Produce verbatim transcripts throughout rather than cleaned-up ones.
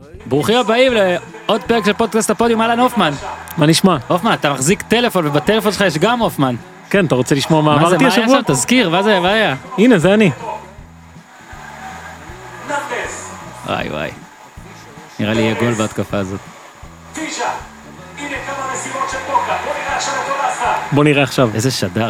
ברוכים הבאים לעוד פרק של פודקאסט הפודיום. אהלן הופמן. מה נשמע? הופמן, אתה מחזיק טלפון ובטלפון שלך יש גם הופמן. כן, אתה רוצה לשמוע מה מה זה, אמרתי מה היה השבוע? שם? תזכיר, מה זה, מה היה? הנה, זה אני. וואי וואי. נראה לי יהיה גול בהתקפה הזאת. בוא נראה עכשיו. איזה שדר.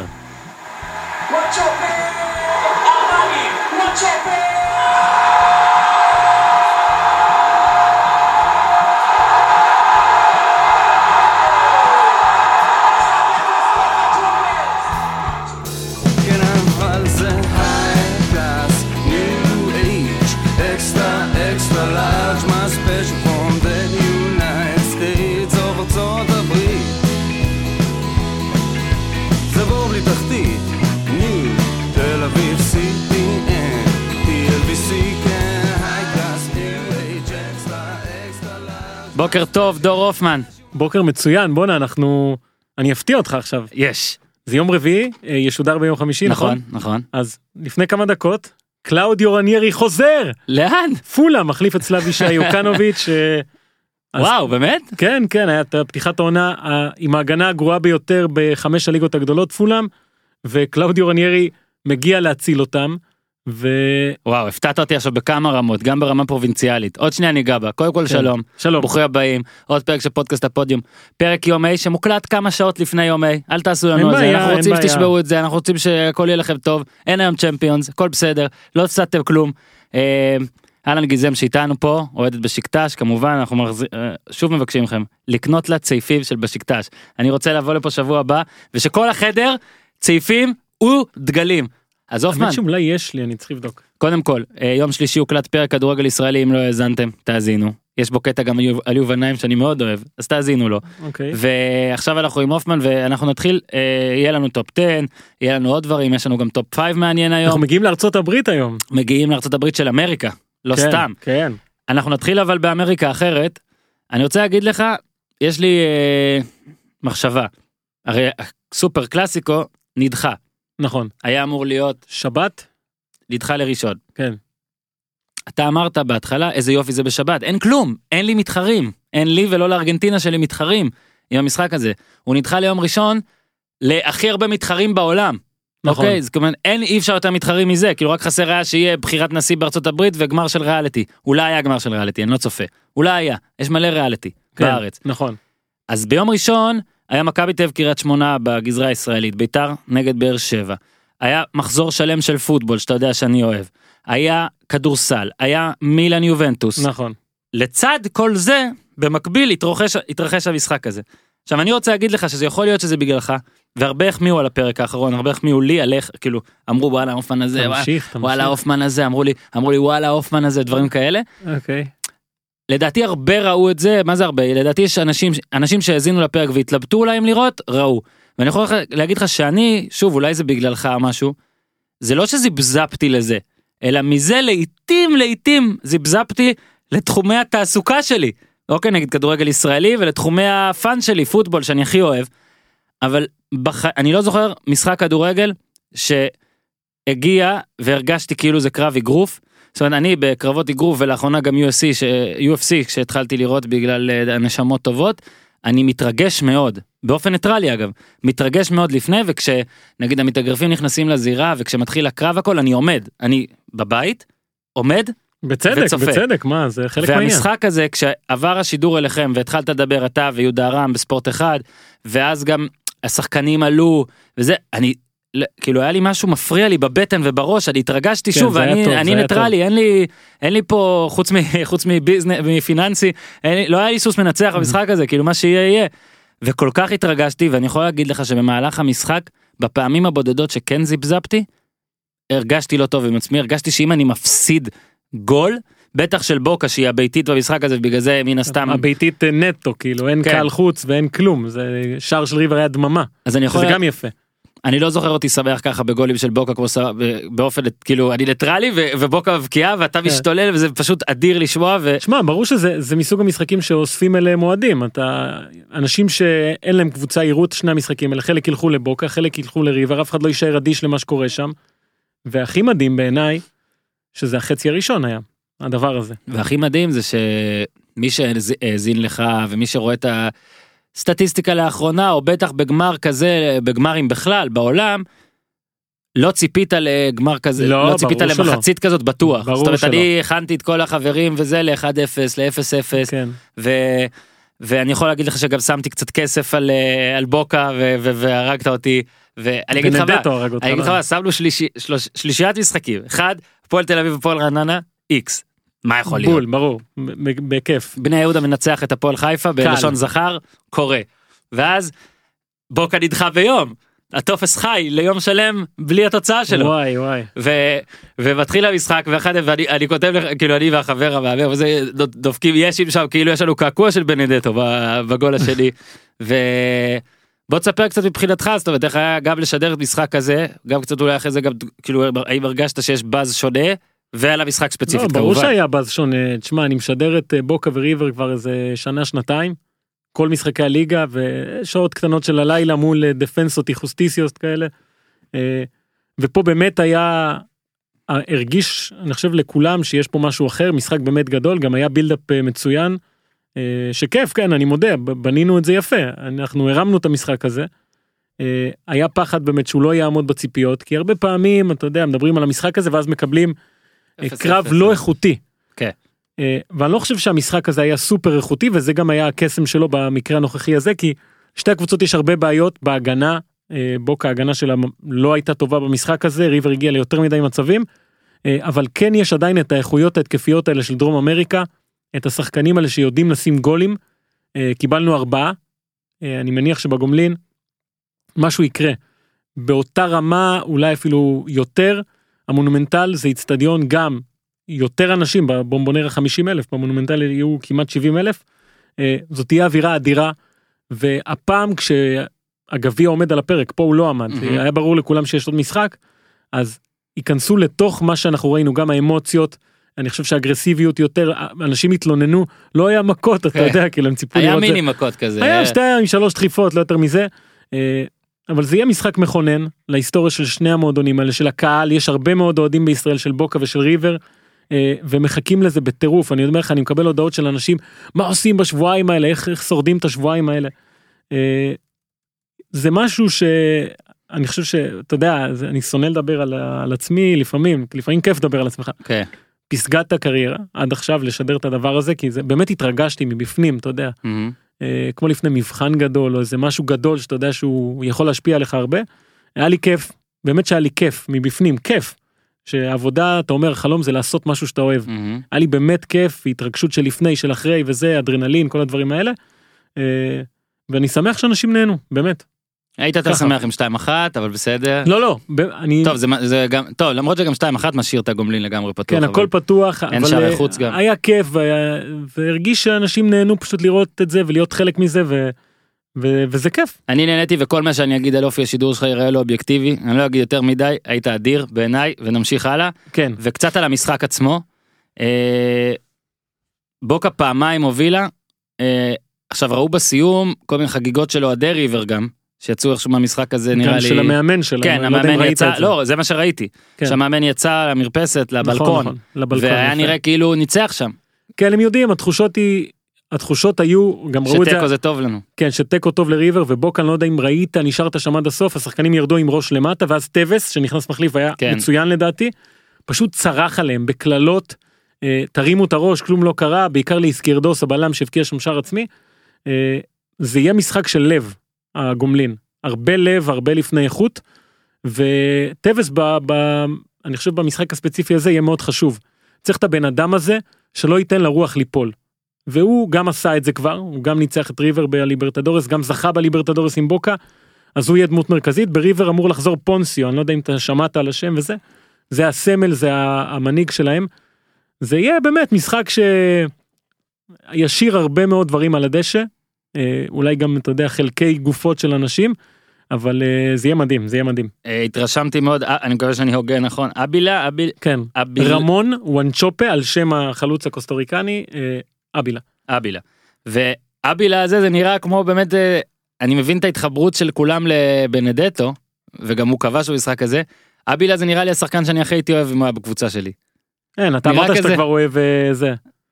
בוקר טוב, דור הופמן. בוקר מצוין, בוא'נה, אנחנו... אני אפתיע אותך עכשיו. יש. זה יום רביעי, ישודר ביום חמישי, נכון? נכון, נכון. אז לפני כמה דקות, קלאודיו רניירי חוזר! לאן? פולה, מחליף את סלאבישה יוקנוביץ'. וואו, באמת? כן, כן, הייתה פתיחת העונה עם ההגנה הגרועה ביותר בחמש הליגות הגדולות, פולאם, וקלאודיו רניירי מגיע להציל אותם, ו... וואו, הפתעת אותי עכשיו בכמה רמות, גם ברמה פרובינציאלית. עוד שנייה ניגע בה. קודם כל כן. שלום. שלום. ברוכים הבאים. עוד פרק של פודקאסט הפודיום. פרק יומי שמוקלט כמה שעות לפני יומי. אל תעשו לנו את זה. בעיה, אנחנו רוצים בעיה. שתשמעו את זה, אנחנו רוצים שהכל יהיה לכם טוב. אין היום צ'מפיונס, הכל בסדר. לא הפסדתם כלום. אה, אלן גיזם שאיתנו פה, אוהדת בשקטש, כמובן אנחנו מחזיר, שוב מבקשים לכם לקנות לה צייפים של בשקטש. אני רוצה לבוא לפה שבוע הבא, ושכל החדר צייפים ודגלים. אז הופמן. האמת שאולי יש לי, אני צריך לבדוק. קודם כל, יום שלישי הוקלט פרק כדורגל ישראלי, אם לא האזנתם, תאזינו. יש בו קטע גם על יובל נעים שאני מאוד אוהב, אז תאזינו לו. אוקיי. ועכשיו אנחנו עם הופמן, ואנחנו נתחיל, יהיה לנו טופ עשר, יהיה לנו עוד דברים, יש לנו גם טופ חמש מעניין היום. אנחנו מגיעים לארצות הברית היום. מגיעים לארצות הברית של אמריקה, לא כן, סתם. כן. אנחנו נתחיל אבל באמריקה אחרת. אני רוצה להגיד לך, יש לי אה, מחשבה. הרי סופר קלאסיקו נדחה. נכון. היה אמור להיות שבת? נדחה לראשון. כן. אתה אמרת בהתחלה איזה יופי זה בשבת. אין כלום, אין לי מתחרים. אין לי ולא לארגנטינה שלי מתחרים עם המשחק הזה. הוא נדחה ליום ראשון להכי הרבה מתחרים בעולם. נכון. אוקיי, זאת אומרת, אין, אי אפשר יותר מתחרים מזה, כאילו רק חסר היה שיהיה בחירת נשיא בארצות הברית וגמר של ריאליטי. אולי היה גמר של ריאליטי, אני לא צופה. אולי היה, יש מלא ריאליטי כן, בארץ. נכון. אז ביום ראשון היה מכבי תל אביב קריית שמונה בגזרה הישראלית, ביתר נגד באר שבע. היה מחזור שלם של פוטבול שאתה יודע שאני אוהב. היה כדורסל, היה מילאן יובנטוס. נכון. לצד כל זה, במקביל התרחש, התרחש המשחק הזה. עכשיו אני רוצה להגיד לך שזה יכול להיות שזה בגללך, והרבה החמיאו על הפרק האחרון, הרבה החמיאו לי עליך, כאילו אמרו וואלה הופמן הזה, תמשיך, תמשיך. וואלה הופמן הזה, אמרו לי, אמרו לי וואלה הופמן הזה, דברים כאלה. אוקיי. לדעתי הרבה ראו את זה, מה זה הרבה? לדעתי יש אנשים, אנשים שהזינו לפרק והתלבטו אולי אם לראות, ראו. ואני יכול להגיד לך שאני, שוב אולי זה בגללך או משהו, זה לא שזיבזפתי לזה, אלא מזה לעתים לעתים זיבזפתי לתחומי התעסוקה שלי. אוקיי, נגיד כדורגל ישראלי ולתחומי הפאן שלי, פוטבול שאני הכי אוהב. אבל בח... אני לא זוכר משחק כדורגל שהגיע והרגשתי כאילו זה קרב אגרוף. זאת אומרת, אני בקרבות אגרוף ולאחרונה גם יו אף סי, ש... יו אף סי שהתחלתי לראות בגלל הנשמות טובות, אני מתרגש מאוד, באופן ניטרלי אגב, מתרגש מאוד לפני, וכשנגיד המתאגרפים נכנסים לזירה, וכשמתחיל הקרב הכל, אני עומד, אני בבית, עומד, בצדק, וצופה. בצדק, מה, זה חלק מהעניין. והמשחק הזה, כשעבר השידור אליכם, והתחלת לדבר אתה ויהודה רם בספורט אחד, ואז גם השחקנים עלו, וזה, אני, כאילו היה לי משהו מפריע לי בבטן ובראש, אני התרגשתי כן, שוב, ואני, טוב, אני ניטרלי, אין לי, אין לי פה, חוץ מ, חוץ מביזנס, מפיננסי, אין לי, לא היה לי סוס מנצח במשחק הזה, כאילו מה שיהיה יהיה, וכל כך התרגשתי, ואני יכול להגיד לך שבמהלך המשחק, בפעמים הבודדות שכן זיבזפתי, הרגשתי לא טוב עם עצמי, הרגשתי שאם אני מפסיד גול, בטח של בוקה שהיא הביתית במשחק הזה, בגלל זה מן הסתם... הביתית נטו, כאילו, אין כן. קהל חוץ ואין כלום, זה שער של ריבר היה דממה, אז אני יכול... שזה גם יפה. אני לא זוכר אותי שמח ככה בגולים של בוקה, כמו באופן, כאילו, אני ניטרלי, ובוקה מבקיעה, ואתה משתולל, וזה פשוט אדיר לשמוע, ו... שמע, ברור שזה זה מסוג המשחקים שאוספים אליהם מועדים, אתה, אנשים שאין להם קבוצה עירות שני המשחקים, אלא חלק ילכו לבוקה, חלק ילכו לריבר, אף אחד לא יישאר אדיש למה שקורה שם, והכי מדהים בעיניי, שזה החצי הראשון היה, הדבר הזה. והכי מדהים זה מי שהאזין לך, ומי שרואה את הסטטיסטיקה לאחרונה, או בטח בגמר כזה, בגמרים בכלל, בעולם, לא ציפית לגמר כזה, לא, לא ציפית למחצית כזאת בטוח. זאת אומרת, שלא. אני הכנתי את כל החברים וזה ל-אחד אפס, ל-אפס אפס, כן. ו... ואני יכול להגיד לך שגם שמתי קצת כסף על, על בוקה, ו... ו... והרגת אותי, ואני אגיד לך מה, אני אגיד לך מה, שמנו שלישי... שלוש... שלישיית משחקים, אחד, פועל תל אביב ופועל רעננה, איקס. מה יכול להיות? בול, ברור, בכיף. בני יהודה מנצח את הפועל חיפה, בלשון זכר, קורה. ואז בוקה נדחה ביום. הטופס חי ליום שלם בלי התוצאה שלו. וואי וואי. ו, ומתחיל המשחק ואחד ואני אני כותב לך כאילו אני והחבר המאמן וזה דופקים יש שם כאילו יש לנו קעקוע של בנדטו בגול השני. ובוא תספר קצת מבחינתך, זאת אומרת איך היה גם לשדר את משחק כזה, גם קצת אולי אחרי זה גם כאילו האם הרגשת שיש באז שונה ועל המשחק ספציפית כמובן. ברור שהיה באז שונה, תשמע אני משדר את בוקה וריבר כבר איזה שנה שנתיים. כל משחקי הליגה ושעות קטנות של הלילה מול דפנסות איכוסטיסיוס כאלה. ופה באמת היה, הרגיש, אני חושב לכולם שיש פה משהו אחר, משחק באמת גדול, גם היה בילדאפ מצוין, שכיף, כן, אני מודה, בנינו את זה יפה, אנחנו הרמנו את המשחק הזה. היה פחד באמת שהוא לא יעמוד בציפיות, כי הרבה פעמים, אתה יודע, מדברים על המשחק הזה, ואז מקבלים קרב לא איכותי. כן. ואני לא חושב שהמשחק הזה היה סופר איכותי, וזה גם היה הקסם שלו במקרה הנוכחי הזה, כי שתי הקבוצות יש הרבה בעיות בהגנה, בוקה ההגנה שלה לא הייתה טובה במשחק הזה, ריבר הגיע ליותר מדי מצבים, אבל כן יש עדיין את האיכויות ההתקפיות האלה של דרום אמריקה, את השחקנים האלה שיודעים לשים גולים, קיבלנו ארבעה, אני מניח שבגומלין משהו יקרה, באותה רמה אולי אפילו יותר, המונומנטל זה אצטדיון גם, יותר אנשים, בבומבונר ה-חמישים אלף, במונומנטל יהיו כמעט שבעים אלף, זאת תהיה אווירה אדירה, והפעם כשהגביע עומד על הפרק, פה הוא לא עמד, mm-hmm. היה ברור לכולם שיש עוד משחק, אז ייכנסו לתוך מה שאנחנו ראינו, גם האמוציות, אני חושב שהאגרסיביות יותר, אנשים התלוננו, לא היה מכות, אתה יודע, כאילו הם ציפו לראות זה. היה מיני מכות כזה. היה שתיים עם שלוש דחיפות, לא יותר מזה, אבל זה יהיה משחק מכונן, להיסטוריה של שני המועדונים האלה, של הקהל, יש הרבה מאוד אוהדים בישראל של בוקה ושל ריבר, ומחכים לזה בטירוף. אני אומר לך, אני מקבל הודעות של אנשים, מה עושים בשבועיים האלה, איך, איך שורדים את השבועיים האלה. זה משהו שאני חושב שאתה יודע, אני שונא לדבר על, על עצמי לפעמים, לפעמים כיף לדבר על עצמך. Okay. פסגת הקריירה, עד עכשיו לשדר את הדבר הזה, כי זה באמת התרגשתי מבפנים, אתה יודע. Mm-hmm. כמו לפני מבחן גדול, או איזה משהו גדול שאתה יודע שהוא יכול להשפיע עליך הרבה. היה לי כיף, באמת שהיה לי כיף מבפנים, כיף. שעבודה, אתה אומר, חלום זה לעשות משהו שאתה אוהב. Mm-hmm. היה לי באמת כיף, התרגשות של לפני, של אחרי, וזה, אדרנלין, כל הדברים האלה. ואני שמח שאנשים נהנו, באמת. היית יותר שמח עם שתיים אחת, אבל בסדר. לא, לא, אני... טוב, זה, זה גם, טוב, למרות שגם שתיים אחת משאיר את הגומלין לגמרי פתוח. כן, הכל פתוח, אין שערי חוץ גם. היה כיף, והיה, והרגיש שאנשים נהנו פשוט לראות את זה, ולהיות חלק מזה, ו... ו- וזה כיף. אני נהניתי, וכל מה שאני אגיד על אופי השידור שלך יראה לו אובייקטיבי, אני לא אגיד יותר מדי, היית אדיר בעיניי, ונמשיך הלאה. כן. וקצת על המשחק עצמו. אה, בוקה פעמיים הובילה, אה, עכשיו ראו בסיום כל מיני חגיגות של אוהדי ריבר גם, שיצאו איכשהו מהמשחק הזה נראה לי. גם של המאמן שלהם. כן, המאמן יצא, לא, זה מה שראיתי. כן. שהמאמן יצא למרפסת, לבלקון, נכון, נכון, לבלקון, והיה יפה. נראה כאילו הוא ניצח שם. כן, הם יודעים, התחושות היא... התחושות היו, גם ראו את זה... שטקו זה טוב לנו. כן, שטקו טוב לריבר, ובוקה, אני לא יודע אם ראית, נשארת שם עד הסוף, השחקנים ירדו עם ראש למטה, ואז טבס, שנכנס מחליף, היה כן. מצוין לדעתי, פשוט צרח עליהם, בקללות, אה, תרימו את הראש, כלום לא קרה, בעיקר להסקירדוס, הבלם שהבקיע שם שער עצמי, אה, זה יהיה משחק של לב, הגומלין, הרבה לב, הרבה לפני איכות, וטבס, ב, ב, אני חושב במשחק הספציפי הזה, יהיה מאוד חשוב. צריך את הבן אדם הזה, שלא ייתן לרוח ליפול. והוא גם עשה את זה כבר, הוא גם ניצח את ריבר בליברטדורס, גם זכה בליברטדורס עם בוקה, אז הוא יהיה דמות מרכזית, בריבר אמור לחזור פונסיו, אני לא יודע אם אתה שמעת על השם וזה, זה הסמל, זה המנהיג שלהם, זה יהיה באמת משחק שישיר הרבה מאוד דברים על הדשא, אולי גם, אתה יודע, חלקי גופות של אנשים, אבל זה יהיה מדהים, זה יהיה מדהים. התרשמתי מאוד, אני מקווה שאני הוגה נכון, אבילה, אביל... כן, אביל... רמון וואנצ'ופה, על שם החלוץ הקוסטוריקני, אבילה. אבילה. ואבילה הזה זה נראה כמו באמת, אני מבין את ההתחברות של כולם לבנדטו, וגם הוא כבש במשחק הזה, אבילה זה נראה לי השחקן שאני הכי הייתי אוהב אם הוא היה בקבוצה שלי. אין, אתה אמרת שאתה כבר אוהב זה.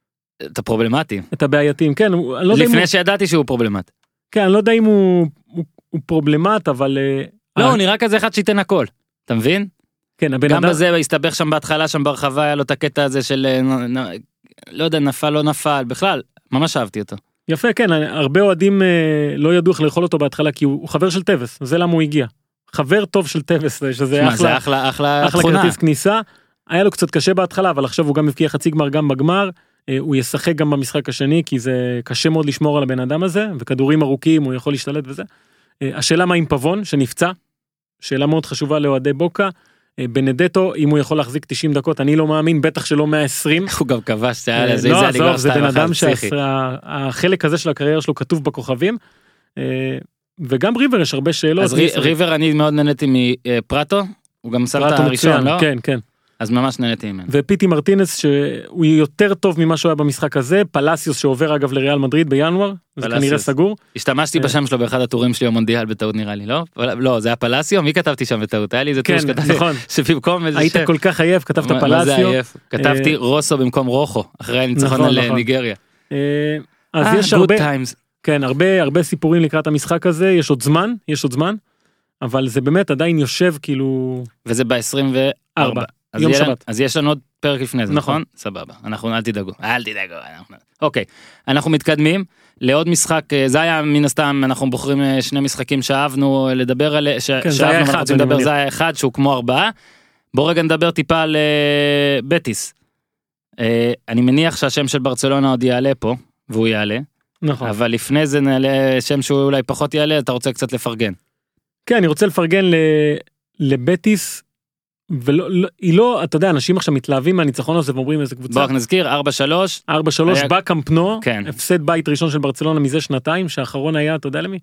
את הפרובלמטים. את הבעייתים, כן. הוא, אני לא יודע אם לפני הוא, שידעתי שהוא פרובלמט. כן, אני לא יודע אם הוא, הוא, הוא פרובלמט, אבל... אה, לא, אה, הוא נראה כזה אחד שייתן הכל. אתה מבין? כן, הבן גם אדם... בזה הסתבך שם בהתחלה, שם ברחבה, היה לו את הקטע הזה של, אה, נ- נ- לא יודע, נפל, לא נפל, בכלל, ממש אהבתי אותו. יפה, כן, הרבה אוהדים אה, לא ידעו איך לאכול אותו בהתחלה, כי הוא, הוא חבר של טווס, זה למה הוא הגיע. חבר טוב של טווס, שזה שמע, אחלה, זה אחלה, אחלה אחלה תכונה. כרטיס כניסה. היה לו קצת קשה בהתחלה, אבל עכשיו הוא גם מבקיע חצי גמר גם בגמר, אה, הוא ישחק גם במשחק השני, כי זה קשה מאוד לשמור על הבן אדם הזה, וכדורים ארוכים הוא יכול להשתלט וזה. אה, השאלה מה עם פבון, שנפצע, שאלה מאוד חשובה לאוהדי בוקה, אה, בנדטו, אם הוא יכול להחזיק תשעים דקות, אני לא מאמין, בטח שלא מאה ועשרים. הוא גם כבש, זה היה אה, לזה, לא, זה עזוב, נגמר זה בן שתיים אדם אחת, פסיכי. שהחלק הזה של הקריירה שלו כתוב בכוכבים, אה, וגם ריבר יש הרבה שאלות. אז רי- ריבר אני מאוד נהניתי מפרטו, הוא גם שם את פרטו הראשון, מצוין, לא? כן, כן. אז ממש נהניתי ממנו. ופיטי מרטינס שהוא יותר טוב ממה שהוא היה במשחק הזה, פלסיוס שעובר אגב לריאל מדריד בינואר, זה פלסיוס. כנראה סגור. השתמשתי אה. בשם שלו באחד הטורים שלי במונדיאל בטעות נראה לי, לא? לא, זה היה פלסיו? מי כתבתי שם בטעות? היה לי איזה טור כן, שכתבתי, נכון. שבמקום איזה היית שם. כל כך עייף, כתבת מה- מה זה פלסיו. עייף? כתבתי אה. רוסו במקום רוחו, אחרי הניצחון נכון, על נכון. ניגריה. אה, אז אה, יש good הרבה, times. כן, הרבה הרבה סיפורים לקראת המשחק הזה, יש עוד זמן, יש עוד זמן, אבל זה באמת עדיין יושב כאילו וזה ב-עשרים וארבע. ארבע, אז יום יהיה- שבת. אז יש לנו עוד פרק לפני זה, נכון. נכון? סבבה. אנחנו, אל תדאגו. אל תדאגו. אנחנו- אוקיי. אנחנו מתקדמים לעוד משחק, אה, זה היה מן הסתם, אנחנו בוחרים אה, שני משחקים שאהבנו לדבר עליהם, ש- כן, זה שאהבנו היה ואנחנו אחד, רוצים אני לדבר, מניח. זה היה אחד שהוא כמו ארבעה. בוא רגע נדבר טיפה על אה, בטיס. אה, אני מניח שהשם של ברצלונה עוד יעלה פה, והוא יעלה, נכון. אבל לפני זה נעלה שם שהוא אולי פחות יעלה, אתה רוצה קצת לפרגן. כן, אני רוצה לפרגן ל... לבטיס, ולא, לא, היא לא, אתה יודע, אנשים עכשיו מתלהבים מהניצחון הזה ואומרים איזה קבוצה. בוא רק נזכיר, ארבע שלוש, ארבע שלוש היה- בקמפנו, כן. הפסד בית ראשון של ברצלונה מזה שנתיים, שהאחרון היה, אתה יודע למי?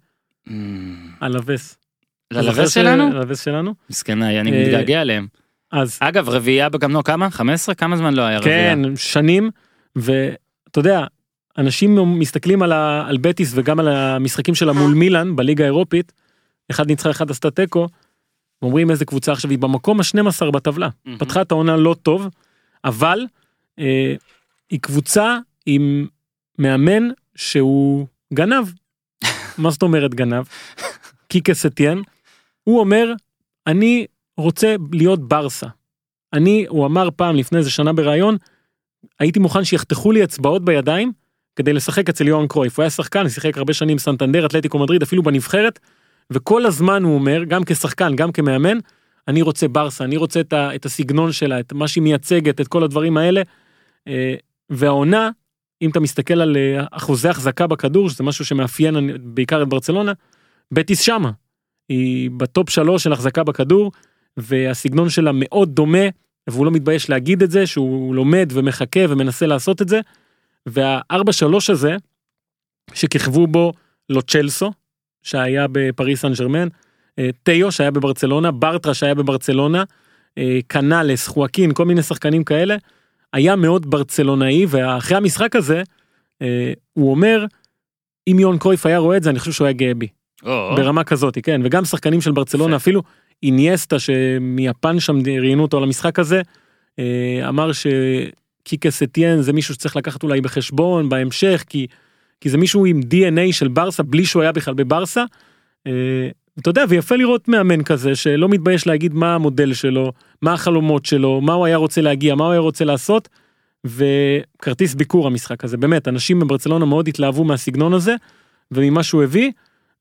הלווס. ללווס שלנו? הלווס שלנו. מסכנה, אני אה, מתגעגע עליהם. אז אגב, רביעייה בקמנו כמה? חמש עשרה? כמה זמן לא היה רביעייה? כן, שנים, ואתה יודע, אנשים מסתכלים על, ה, על בטיס וגם על המשחקים שלה מול מילאן בליגה האירופית, אחד ניצחה, אחד עשתה תיקו, ואומרים איזה קבוצה עכשיו, היא במקום ה-שנים עשר בטבלה, מהמם. פתחה את העונה לא טוב, אבל אה, היא קבוצה עם מאמן שהוא גנב. מה זאת אומרת גנב? קיקה סטיאן, הוא אומר, אני רוצה להיות ברסה. אני, הוא אמר פעם לפני איזה שנה בראיון, הייתי מוכן שיחתכו לי אצבעות בידיים, כדי לשחק אצל יוהאן קרויף. הוא היה שחקן, שיחק הרבה שנים סנטנדר, אתלטיקו מדריד, אפילו בנבחרת, וכל הזמן הוא אומר, גם כשחקן, גם כמאמן, אני רוצה ברסה, אני רוצה את, ה, את הסגנון שלה, את מה שהיא מייצגת, את כל הדברים האלה. אה, והעונה, אם אתה מסתכל על אה, אחוזי החזקה בכדור, שזה משהו שמאפיין בעיקר את ברצלונה, בטיס שמה. היא בטופ שלוש של החזקה בכדור, והסגנון שלה מאוד דומה, והוא לא מתבייש להגיד את זה, שהוא לומד ומחכה ומנסה לעשות את זה, והארבע שלוש הזה, שכיכבו בו לו צ'לסו, שהיה בפריס סן ז'רמן, תיו שהיה בברצלונה, ברטרה שהיה בברצלונה, קנלס, חואקין, כל מיני שחקנים כאלה, היה מאוד ברצלונאי, ואחרי המשחק הזה, הוא אומר, אם יוהאן קרויף היה רואה את זה, אני חושב שהוא היה גאה בי. או, ברמה כזאת, כן, וגם שחקנים של ברצלונה, אפילו אינייסטה שמיפן שם ראיינו אותו על המשחק הזה, אמר שקיקה סטיאן זה מישהו שצריך לקחת אולי בחשבון בהמשך, כי, כי זה מישהו עם די אן איי של ברסה, בלי שהוא היה בכלל בברסה, אתה יודע, ויפה לראות מאמן כזה, שלא מתבייש להגיד מה המודל שלו, מה החלומות שלו, מה הוא היה רוצה להגיע, מה הוא היה רוצה לעשות, וכרטיס ביקור המשחק הזה, באמת, אנשים בברצלונה מאוד התלהבו מהסגנון הזה, וממה שהוא הביא,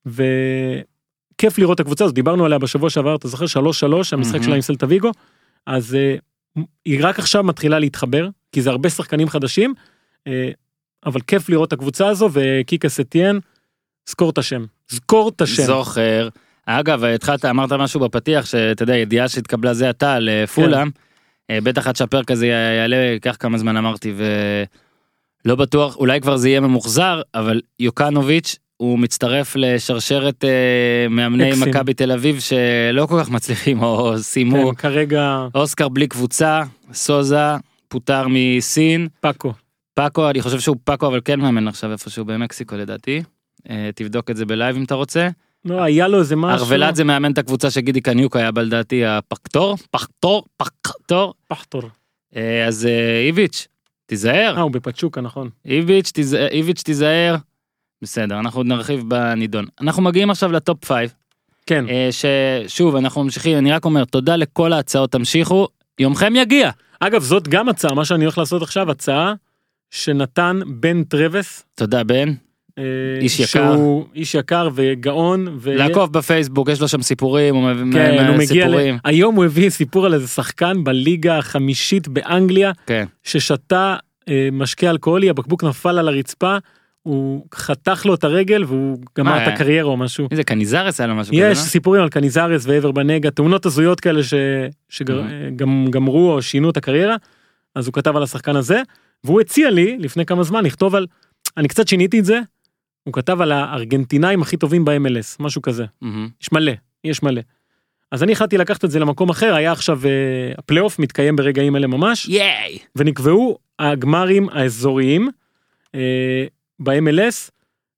וכיף לראות את הקבוצה הזאת, דיברנו עליה בשבוע שעבר, אתה זוכר, שלוש שלוש, המשחק שלה עם סלטה ויגו, אז uh, היא רק עכשיו מתחילה להתחבר, כי זה הרבה שחקנים חדשים, uh, אבל כיף לראות את הקבוצה הזו, וקיקה סטיאן, זכור את השם, זכור את השם. זוכר. אגב, התחלת, אמרת משהו בפתיח, שאתה יודע, ידיעה שהתקבלה זה עתה לפולאם, כן. בטח עד שהפרק הזה יעלה, כך כמה זמן אמרתי, ולא בטוח, אולי כבר זה יהיה ממוחזר, אבל יוקנוביץ' הוא מצטרף לשרשרת אה, מאמני אקסים. מכבי תל אביב שלא כל כך מצליחים או סיימו. כן, כרגע אוסקר בלי קבוצה, סוזה פוטר מסין, פאקו. פאקו, אני חושב שהוא פאקו אבל כן מאמן עכשיו איפשהו במקסיקו לדעתי. אה, תבדוק את זה בלייב אם אתה רוצה. לא, היה לו איזה משהו. ארוולד זה מאמן את הקבוצה שגידי קניוק היה בלדעתי הפקטור, פקטור, פקטור. פחטור. אה, אז אה, איביץ', תיזהר. אה, הוא בפצ'וקה, נכון. איביץ', תיזהר, איביץ' תיזהר. בסדר, אנחנו עוד נרחיב בנידון. אנחנו מגיעים עכשיו לטופ פייב. כן. ששוב, אנחנו ממשיכים, אני רק אומר, תודה לכל ההצעות, תמשיכו, יומכם יגיע. אגב, זאת גם הצעה, מה שאני הולך לעשות עכשיו, הצעה שנתן בן טרווס. תודה, בן. איש יקר. שהוא איש יקר וגאון. לעקוב בפייסבוק, יש לו שם סיפורים, הוא מביא סיפורים. היום הוא הביא סיפור על איזה שחקן בליגה החמישית באנגליה, ששתה משקה אלכוהולי, הבקבוק נפל על הרצפה, הוא חתך לו את הרגל והוא גמר את הקריירה או משהו. איזה קניזרס היה לו משהו כזה, יש סיפורים על קניזרס ועבר בנגע, תאונות הזויות כאלה שגם גמרו או שינו את הקריירה, אז הוא כתב על השחקן הזה, והוא הציע לי לפני כמה זמן לכתוב על, אני קצת שיניתי את זה, הוא כתב על הארגנטינאים הכי טובים ב-אם אל אס, משהו כזה. יש מלא, יש מלא. אז אני החלטתי לקחת את זה למקום אחר, היה עכשיו הפלייאוף מתקיים ברגעים אלה ממש, ונקבעו הגמרים האזוריים ב-אם אל אס,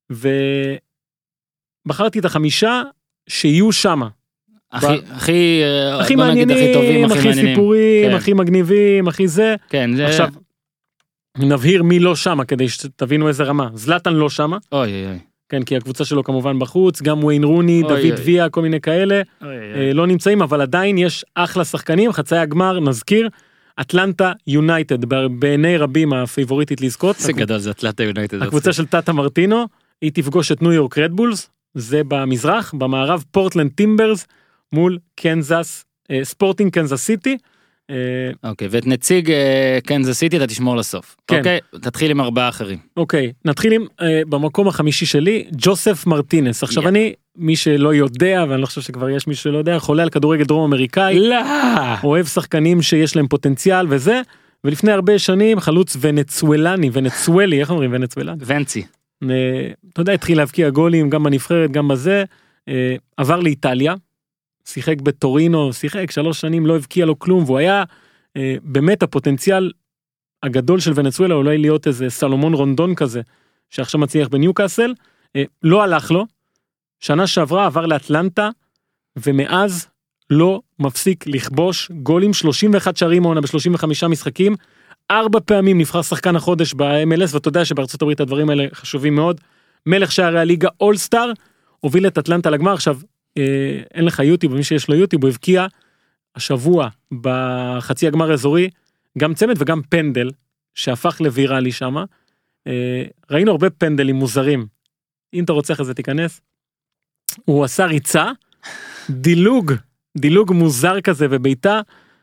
ובחרתי את החמישה שיהיו שמה. הכי, הכי, הכי מעניינים, הכי סיפורים, הכי מגניבים, הכי זה. עכשיו, נבהיר מי לא שמה, כדי שתבינו איזה רמה. זלטן לא שמה. אוי אוי אוי. כן, כי הקבוצה שלו כמובן בחוץ, גם וויין רוני, דוד ויה, כל מיני כאלה, לא נמצאים, אבל עדיין יש אחלה שחקנים, חצאי הגמר, נזכיר, אטלנטה יונייטד, בעיני רבים הפייבוריטית לזכות. זה גדול, זה אטלנטה יונייטד. הקבוצה של טאטה מרטינו, היא תפגוש את ניו יורק רדבולס, זה במזרח, במערב פורטלנד טימברס, מול קנזס, ספורטינג קנזס סיטי. אוקיי, ואת נציג קנזס סיטי אתה תשמור לסוף. אוקיי, תתחיל עם ארבעה אחרים. אוקיי, נתחיל עם, במקום החמישי שלי, ג'וסף מרטינס. עכשיו אני, מי שלא יודע, ואני לא חושב שכבר יש מי שלא יודע, חולה על כדורגל דרום אמריקאי. לא! אוהב שחקנים שיש להם פוטנציאל וזה, ולפני הרבה שנים חלוץ ונצואלני, ונצואלי, איך אומרים ונצואלני? ונצי. אתה יודע, התחיל להבקיע גולים, גם בנבחרת, גם בזה, עבר לאיטליה, שיחק בטורינו, שיחק שלוש שנים, לא הבקיע לו כלום, והוא היה אה, באמת הפוטנציאל הגדול של ונצואלה, אולי להיות איזה סלומון רונדון כזה, שעכשיו מצליח בניוקאסל, אה, לא הלך לו, שנה שעברה עבר לאטלנטה, ומאז לא מפסיק לכבוש גולים, שלושים ואחד שערים עונה ב-שלושים וחמישה משחקים, ארבע פעמים נבחר שחקן החודש ב-אם אל אס, ואתה יודע שבארצות הברית הדברים האלה חשובים מאוד, מלך שערי הליגה אולסטאר, הוביל את אטלנטה לגמר, עכשיו, אין לך יוטיוב, ומי שיש לו יוטיוב, הוא הבקיע השבוע בחצי הגמר האזורי, גם צמד וגם פנדל, שהפך לוויראלי שם. ראינו הרבה פנדלים מוזרים. אם אתה רוצה איך זה תיכנס, הוא עשה ריצה, דילוג, דילוג מוזר כזה וביתה,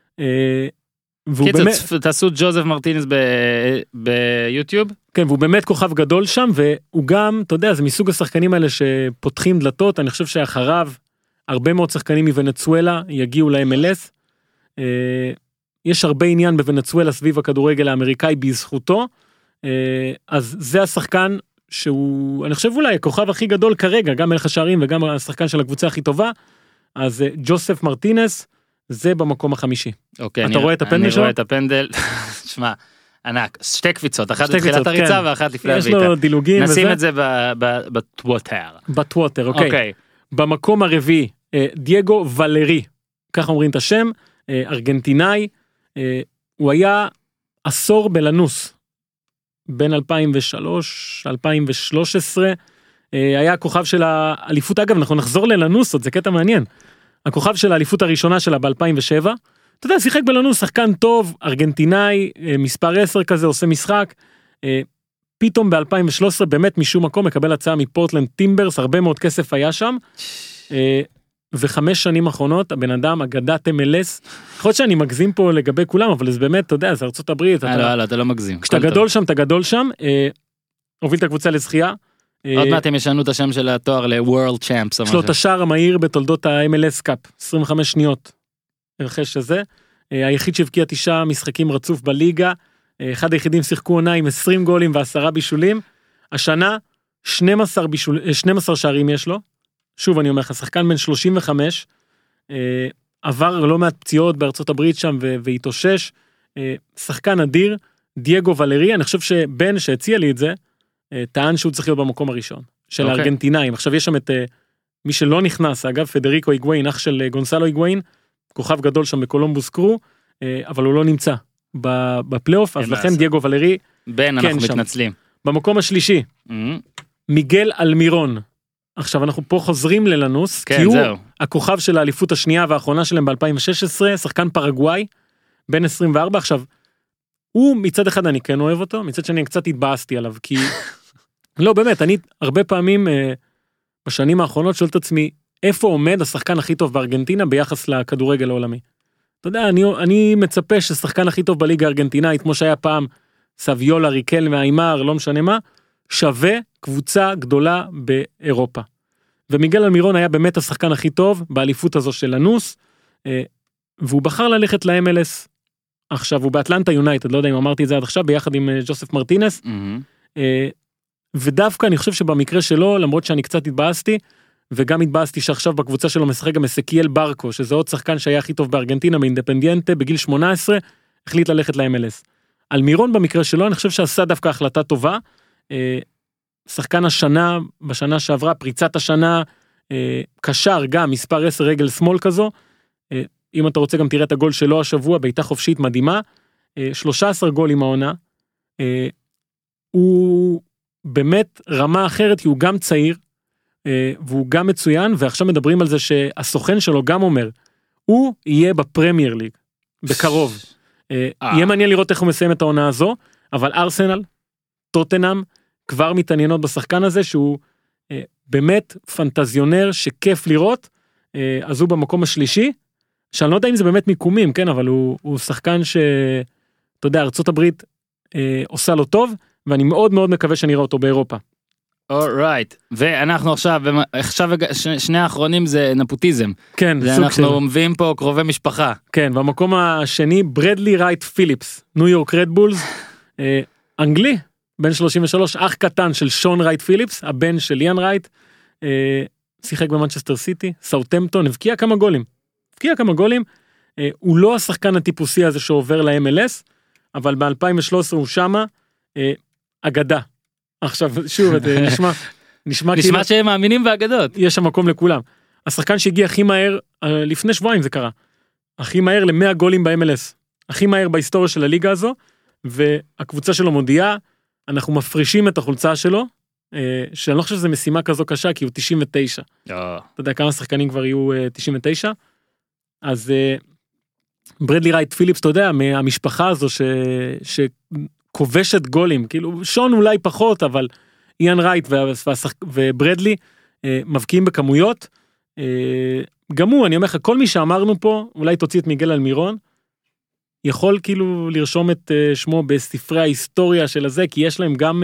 קיצר, באמת... תעשו ג'וזף מרטינס ב... ביוטיוב. כן, והוא באמת כוכב גדול שם, והוא גם, אתה יודע, זה מסוג השחקנים האלה שפותחים דלתות, אני חושב שאחריו, הרבה מאוד שחקנים מוונצואלה יגיעו ל-אם אל אס, יש הרבה עניין בוונצואלה סביב הכדורגל האמריקאי בזכותו, אז זה השחקן שהוא, אני חושב אולי הכוכב הכי גדול כרגע, גם מלך השערים וגם השחקן של הקבוצה הכי טובה, אז ג'וסף מרטינס, זה במקום החמישי. אוקיי, אתה רואה את הפנדל שלו? אני רואה את הפנדל, שמע, ענק, שתי קביצות, אחת לתחילת הריצה ואחת לפני הביתה. יש לו דילוגים וזה. נשים את זה בטווטר. בטווטר, אוקיי. במקום הרביעי, דייגו ולרי, ככה אומרים את השם, ארגנטינאי, הוא היה עשור בלנוס, בין אלפיים ושלוש, אלפיים ושלוש עשרה, היה הכוכב של האליפות, אגב, אנחנו נחזור ללנוס, זה קטע מעניין. הכוכב של האליפות הראשונה שלה ב-אלפיים ושבע, אתה יודע, שיחק בלנוס, שחקן טוב, ארגנטינאי, מספר עשר כזה, עושה משחק, פתאום ב-אלפיים ושלוש עשרה, באמת משום מקום, מקבל הצעה מפורטלנד טימברס, הרבה מאוד כסף היה שם, וחמש שנים אחרונות, הבן אדם, אגדת אם אל אס, יכול להיות שאני מגזים פה לגבי כולם, אבל זה באמת, אתה יודע, זה ארצות הברית. לא, לא, לא, אתה לא מגזים. כשאתה גדול שם, אתה גדול שם, הוביל את הקבוצה לזכייה. עוד מעט הם ישנו את השם של התואר ל-World Champs. יש לו את השער המהיר בתולדות ה-אם אל אס קאפ, עשרים וחמש שניות. הרכש הזה. היחיד שהבקיע תשעה משחקים רצוף בליגה, אחד היחידים שיחקו עונה עם עשרים גולים ועשרה בישולים. השנה, שנים עשר, בישול, שנים עשר שערים יש לו. שוב אני אומר לך, שחקן בן שלושים וחמש, עבר לא מעט פציעות בארצות הברית שם והתאושש. שחקן אדיר, דייגו ולרי, אני חושב שבן שהציע לי את זה, טען שהוא צריך להיות במקום הראשון, של okay. הארגנטינאים. עכשיו יש שם את מי שלא נכנס, אגב, פדריקו איגוויין, אח של גונסלו איגוויין, כוכב גדול שם בקולומבוס קרו, אבל הוא לא נמצא. בפלייאוף, אז לכן דייגו ולרי, בן, אנחנו מתנצלים. במקום השלישי, מיגל אלמירון, עכשיו אנחנו פה חוזרים ללנוס, כי הוא הכוכב של האליפות השנייה והאחרונה שלהם ב-אלפיים ושש עשרה, שחקן פרגוואי, בן עשרים וארבע, עכשיו, הוא מצד אחד אני כן אוהב אותו, מצד שני קצת התבאסתי עליו, כי, לא באמת, אני הרבה פעמים, בשנים האחרונות שואל את עצמי, איפה עומד השחקן הכי טוב בארגנטינה, ביחס לכדורגל העולמי? אתה יודע, אני, אני מצפה ששחקן הכי טוב בליגה הארגנטינאית, כמו שהיה פעם, סביולה, ריקל ואיימר, לא משנה מה, שווה קבוצה גדולה באירופה. ומיגל אלמירון היה באמת השחקן הכי טוב באליפות הזו של לנוס, והוא בחר ללכת ל-אם אל אס. עכשיו הוא באטלנטה יונייטד, לא יודע אם אמרתי את זה עד עכשיו, ביחד עם ג'וסף מרטינס, mm-hmm. ודווקא אני חושב שבמקרה שלו, למרות שאני קצת התבאסתי, וגם התבאסתי שעכשיו בקבוצה שלו משחק גם אסקיאל ברקו, שזה עוד שחקן שהיה הכי טוב בארגנטינה, באינדפנדיאנטה, בגיל שמונה עשרה, החליט ללכת ל-אם אל אס. אלמירון במקרה שלו, אני חושב שעשה דווקא החלטה טובה, שחקן השנה, בשנה שעברה, פריצת השנה, קשר גם, מספר עשר רגל שמאל כזו, אם אתה רוצה גם תראה את הגול שלו השבוע, בעיטה חופשית מדהימה, שלושה עשר גול עם העונה, הוא באמת רמה אחרת, כי הוא גם צעיר, והוא גם מצוין, ועכשיו מדברים על זה שהסוכן שלו גם אומר, הוא יהיה בפרמייר ליג, בקרוב. יהיה מעניין לראות איך הוא מסיים את העונה הזו, אבל ארסנל, טוטנהאם, כבר מתעניינות בשחקן הזה, שהוא באמת פנטזיונר שכיף לראות, אז הוא במקום השלישי, שאני לא יודע אם זה באמת מיקומים, כן, אבל הוא, הוא שחקן ש, אתה יודע, ארצות הברית אה, עושה לו טוב, ואני מאוד מאוד מקווה שנראה אותו באירופה. אורייט, ואנחנו עכשיו, עכשיו שני האחרונים זה נפוטיזם. כן, זה אנחנו מביאים פה קרובי משפחה. כן, במקום השני, ברדלי רייט פיליפס, ניו יורק רדבולס, אה, אנגלי, בן שלושים ושלוש, אח קטן של שון רייט פיליפס, הבן של ליאן רייט, אה, שיחק במנצ'סטר סיטי, סאות'המפטון, הבקיע כמה גולים. הבקיע כמה גולים, אה, הוא לא השחקן הטיפוסי הזה שעובר ל-אם אל אס, אבל ב-אלפיים ושלוש עשרה הוא שמה, אה, אגדה. עכשיו, שוב, זה נשמע, נשמע, נשמע כאילו, שהם מאמינים באגדות. יש שם מקום לכולם. השחקן שהגיע הכי מהר, אה, לפני שבועיים זה קרה, הכי מהר ל-מאה גולים ב-אם אל אס, הכי מהר בהיסטוריה של הליגה הזו, והקבוצה שלו מודיעה, אנחנו מפרישים את החולצה שלו, אה, שאני לא חושב שזה משימה כזו קשה, כי הוא תשעים ותשע. Oh. אתה יודע כמה שחקנים כבר יהיו אה, תשעים ותשע? אז ברדלי רייט פיליפס, אתה יודע, מהמשפחה הזו ש, שכובשת גולים, כאילו שון אולי פחות, אבל איאן רייט וברדלי מבקיעים בכמויות, גם הוא, אני אומר לך, כל מי שאמרנו פה, אולי תוציא את מיגל אלמירון, יכול כאילו לרשום את שמו בספרי ההיסטוריה של הזה, כי יש להם גם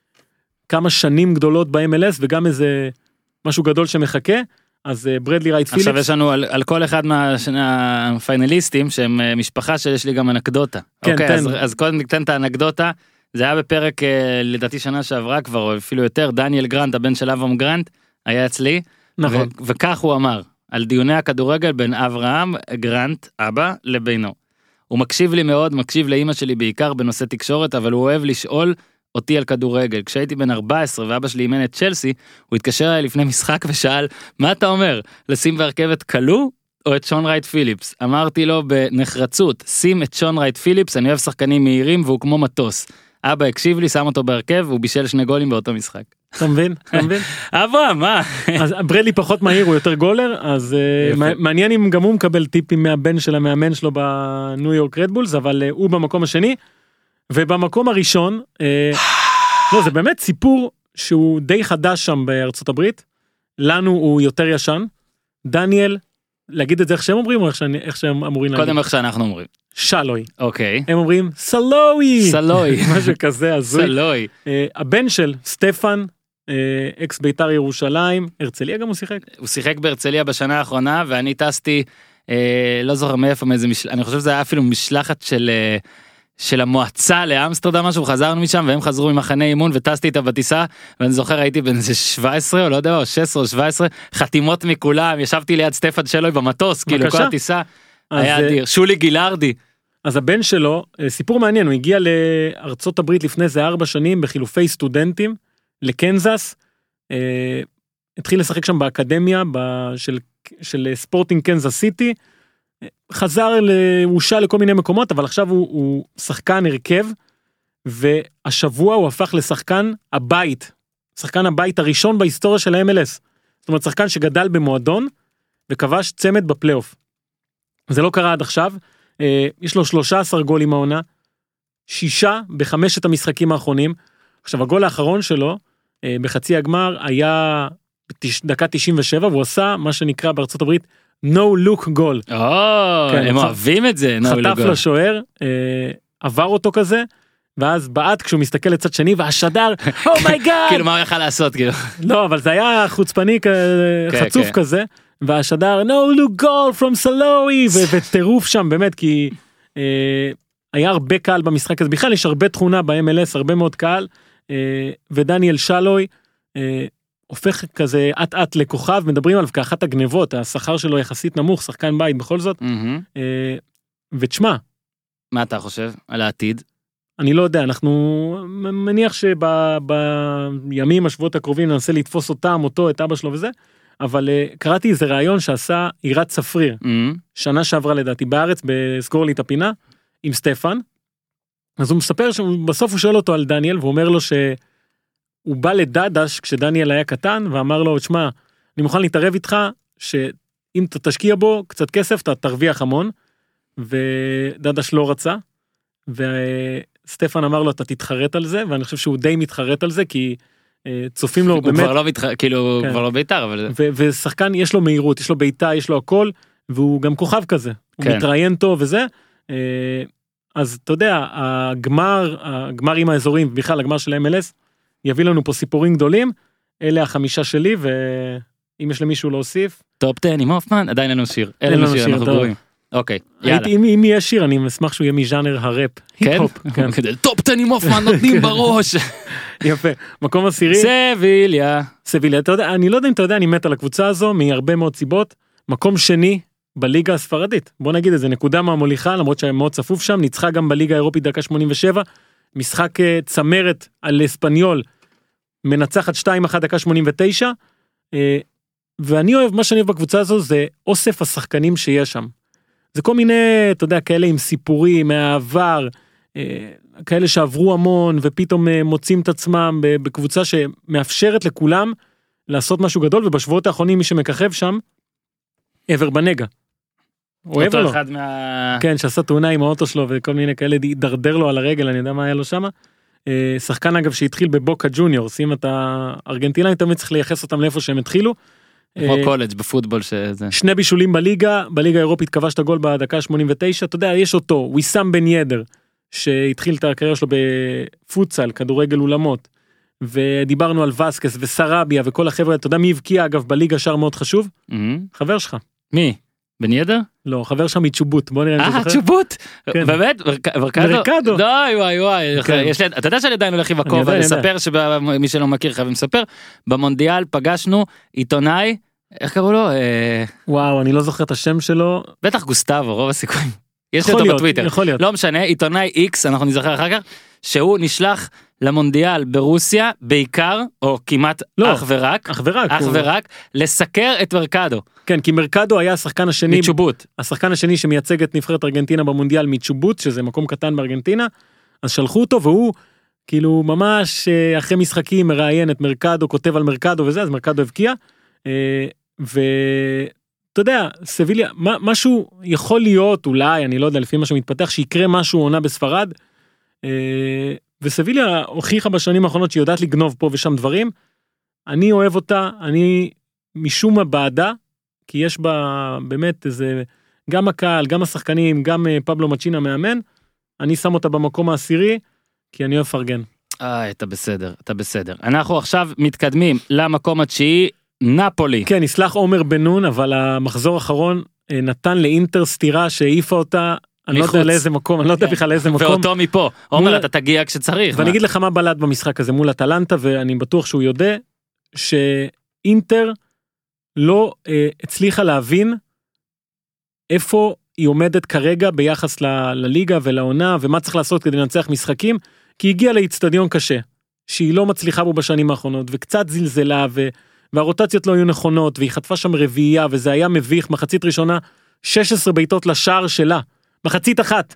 כמה שנים גדולות ב-אם אל אס, וגם איזה משהו גדול שמחכה, אז ברדלי רייט פיליפס. עכשיו יש לנו על, על כל אחד מהפיינליסטים שהם משפחה שיש לי גם אנקדוטה. כן, אוקיי, תן. אז, אז קודם ניתן את האנקדוטה, זה היה בפרק לדעתי שנה שעברה כבר, או אפילו יותר, דניאל גרנט, הבן של אברהם גרנט, היה אצלי, נכון. ו- וכך הוא אמר, על דיוני הכדורגל בין אברהם גרנט, אבא, לבינו. הוא מקשיב לי מאוד, מקשיב לאמא שלי בעיקר בנושא תקשורת, אבל הוא אוהב לשאול אותי על כדורגל. כשהייתי בן ארבע עשרה ואבא שלי אימן את צ'לסי, הוא התקשר אליי לפני משחק ושאל, מה אתה אומר? לשים בהרכבת קלו או את שון רייט פיליפס? אמרתי לו בנחרצות, שים את שון רייט פיליפס, אני אוהב שחקנים מהירים והוא כמו מטוס. אבא הקשיב לי, שם אותו בהרכב, והוא בישל שני גולים באותו משחק. אתה מבין? אתה מבין? אברהם, מה? אז ברדלי פחות מהיר, הוא יותר גולר, אז מעניין אם גם הוא מקבל טיפים מהבן של המאמן שלו בניו יורק רדבולס, אבל הוא במקום השני, ובמקום הראשון, לא, זה באמת סיפור שהוא די חדש שם בארצות הברית, לנו הוא יותר ישן, דניאל, להגיד את זה איך שהם אומרים, או איך שהם אמורים להגיד? קודם איך שאנחנו אומרים. שלוי. אוקיי. הם אומרים סלוי. סלוי. משהו כזה הזוי. סלוי. הבן של סטפן, אקס ביתר ירושלים, הרצליה גם הוא שיחק? הוא שיחק בהרצליה בשנה האחרונה, ואני טסתי, לא זוכר מאיפה, מאיזה משלחת, אני חושב שזה היה אפילו משלחת של... של המועצה לאמסטרדם משהו, חזרנו משם והם חזרו ממחנה אימון וטסתי איתה בטיסה, ואני זוכר הייתי בן איזה שבע עשרה או לא יודע, או שש עשרה או שבע עשרה, חתימות מכולם, ישבתי ליד סטפן שלוי במטוס, כאילו כל הטיסה, היה אדיר, שולי גילארדי. אז הבן שלו, סיפור מעניין, הוא הגיע לארצות הברית לפני זה ארבע שנים, בחילופי סטודנטים, לקנזס, התחיל לשחק שם באקדמיה, של, של ספורטינג קנזס סיטי, חזר, הושע לכל מיני מקומות, אבל עכשיו הוא, הוא שחקן הרכב, והשבוע הוא הפך לשחקן הבית, שחקן הבית הראשון בהיסטוריה של ה-אם אל אס. זאת אומרת, שחקן שגדל במועדון, וכבש צמד בפלייאוף. זה לא קרה עד עכשיו, יש לו שלושה עשר גולים העונה, שישה בחמשת המשחקים האחרונים. עכשיו, הגול האחרון שלו, בחצי הגמר, היה דקה תשעים ושבע, והוא עשה מה שנקרא בארצות הברית, no look goal. הם אוהבים את זה, חטף לשוער, עבר אותו כזה, ואז בעט כשהוא מסתכל לצד שני, והשדר, אומייגאד! כאילו, מה הוא יכל לעשות, כאילו? לא, אבל זה היה חוצפני, חצוף כזה, והשדר, no look goal from סלוי, וטירוף שם, באמת, כי היה הרבה קהל במשחק הזה, בכלל יש הרבה תכונה ב-אם אל אס, הרבה מאוד קהל, ודניאל שלוי, הופך כזה עט עט לכוכב, מדברים עליו כאחת הגנבות, השכר שלו יחסית נמוך, שחקן בית בכל זאת, ותשמע. מה אתה חושב על העתיד? אני לא יודע, אנחנו מניח שבימים, השבועות הקרובים, ננסה לתפוס אותם, אותו, את אבא שלו וזה, אבל קראתי איזה רעיון שעשה עירת צפריר, שנה שעברה לדעתי, בארץ, בסגור לי את הפינה, עם סטפן, אז הוא מספר שבסוף הוא שואל אותו על דניאל, והוא אומר לו שהוא בא לדדש, כשדניאל היה קטן, ואמר לו, תשמע, אני מוכן להתערב איתך, שאם אתה תשקיע בו קצת כסף, אתה תרוויח המון, ודדש לא רצה, וסטפן אמר לו, אתה תתחרט על זה, ואני חושב שהוא די מתחרט על זה, כי צופים לו הוא באמת... הוא כבר לא מתחרט, כאילו, כן. כבר לא ביתר, אבל... ו- ושחקן, יש לו מהירות, יש לו ביתה, יש לו הכל, והוא גם כוכב כזה. כן. הוא מתראיין טוב וזה. אז אתה יודע, הגמר, הגמרים האזוריים, בכלל הגמר של ה-אם אל אס, יביא לנו פה סיפורים גדולים, אלה החמישה שלי, ואם יש למישהו להוסיף... טופ עשר עם הופמן, עדיין אין לנו שיר. אין לנו שיר, אנחנו גרועים. אוקיי, יאללה. אם, אם יהיה שיר, אני אשמח שהוא יהיה מז'אנר הראפ. כן? כן. טופ עשר עם הופמן נותנים בראש. יפה. מקום עשירי. סביליה. סביליה. אתה יודע, אני לא יודע אם אתה יודע, אני מת על הקבוצה הזו, מהרבה מאוד סיבות. מקום שני בליגה הספרדית. בוא נגיד איזה נקודה מהמוליכה, למרות שהיה מאוד צפוף שם, ניצחה גם בליגה האירופית דקה שמונים ושבע, משחק צמרת על אספניול, מנצחת שתיים אחת דקה שמונים ותשע, ואני אוהב, מה שאני אוהב בקבוצה הזו, זה אוסף השחקנים שיש שם. זה כל מיני, אתה יודע, כאלה עם סיפורים, מהעבר, כאלה שעברו המון, ופתאום מוצאים את עצמם בקבוצה שמאפשרת לכולם לעשות משהו גדול, ובשבועות האחרונים מי שמככב שם, עבר בנגה. אוהב לו. אחד מה... כן, שעשה תאונה עם האוטו שלו, וכל מיני כאלה, דרדר לו על הרגל, אני יודע מה היה לו שם. שחקן אגב שהתחיל בבוקה ג'וניורס, אם אתה ארגנטינאי, תמיד צריך לייחס אותם לאיפה שהם התחילו. כמו קולג' בפוטבול שזה... שני בישולים בליגה, בליגה האירופית כבש את הגול בדקה שמונים ותשע, אתה יודע, יש אותו, ויסאם בן ידר, שהתחיל את הקריירה שלו בפוטסל, כדורגל אולמות, ודיברנו על וסקס וסרביה וכל החבר'ה, אתה יודע מי הבקיע אגב בליגה שער מאוד חשוב? חבר שלך. מי? בן ידר? לא, חבר שם מצ'ובוט, בוא נראה אם אתה זוכר. אה, צ'ובוט? באמת? מרקדו? מרקדו. וואי וואי וואי, אתה יודע שאני עדיין הולך עם הכובע, לספר שמי שלא מכיר חייב לספר, במונדיאל פגשנו עיתונאי, איך קראו לו? וואו, אני לא זוכר את השם שלו. בטח גוסטבו, רוב הסיכויים. יש לי אותו בטוויטר. יכול להיות. לא משנה, עיתונאי איקס, אנחנו נזכר אחר כך, שהוא נשלח למונדיאל ברוסיה, בעיקר, או כמעט אך ורק, אך ורק, אך ורק, לסקר את מרקדו. כן, כי מרקדו היה השחקן השני, מצ'ובוט. השחקן השני שמייצג את נבחרת ארגנטינה במונדיאל מצ'ובוט, שזה מקום קטן בארגנטינה, אז שלחו אותו, והוא כאילו ממש אחרי משחקים מראיין את מרקדו, כותב על מרקדו וזה, אז מרקדו הבקיע, ואתה יודע, סביליה, משהו יכול להיות, אולי, אני לא יודע, לפי מה שמתפתח, שיקרה משהו עונה בספרד, וסביליה הוכיחה בשנים האחרונות שהיא יודעת לגנוב פה ושם דברים, אני אוהב אותה, אני משום מה בעדה, כי יש בה באמת איזה, גם הקהל, גם השחקנים, גם פבלו מצ'ינה מאמן, אני שם אותה במקום העשירי, כי אני אוהב פרגן. אה, אתה בסדר, אתה בסדר. אנחנו עכשיו מתקדמים למקום התשיעי, נפולי. כן, יסלח עומר בן נון, אבל המחזור האחרון נתן לאינטר סתירה שהעיפה אותה, אני לא יודע לאיזה מקום, אני לא יודע בכלל לאיזה מקום. ואותו מפה, עומר, אתה תגיע כשצריך. ואני אגיד לך מה בלט במשחק הזה מול אטלנטה, ואני בטוח שהוא יודע, שאינטר לא הצליחה להבין איפה היא עומדת כרגע ביחס לליגה ולעונה, ומה צריך לעשות כדי לנצח משחקים, כי היא הגיעה לאצטדיון קשה, שהיא לא מצליחה בו בשנים האחרונות, וקצת זלזלה, והרוטציות לא היו נכונות, והיא חטפה שם רביעייה, וזה היה מביך, מחצית ראשונה, שש עשרה בעיטות לשער שלה, מחצית אחת.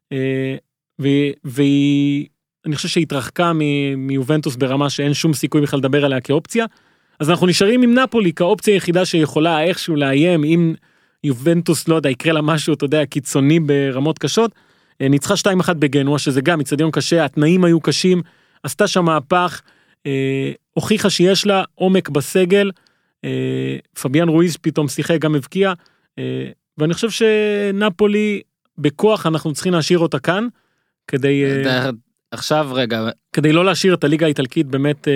והיא, אני חושב שהיא התרחקה מיובנטוס ברמה שאין שום סיכוי בכלל לדבר עליה כאופציה, אז אנחנו נשארים עם נפולי כאופציה היחידה שיכולה איכשהו לאיים, אם יובנטוס, לא יודע, יקרה לה משהו, אתה יודע, קיצוני ברמות קשות, ניצחה שתיים אחת בגנוע, שזה גם אצטדיון קשה, התנאים היו קשים, עשתה שם מהפך, הוכיחה שיש לה עומק בסגל, פביאן רויז פתאום שיחק, גם הבקיע, ואני חושב שנפולי בכוח אנחנו צריכים להשאיר אותה כאן, כדי... עכשיו רגע... כדי לא להשאיר את הליגה האיטלקית באמת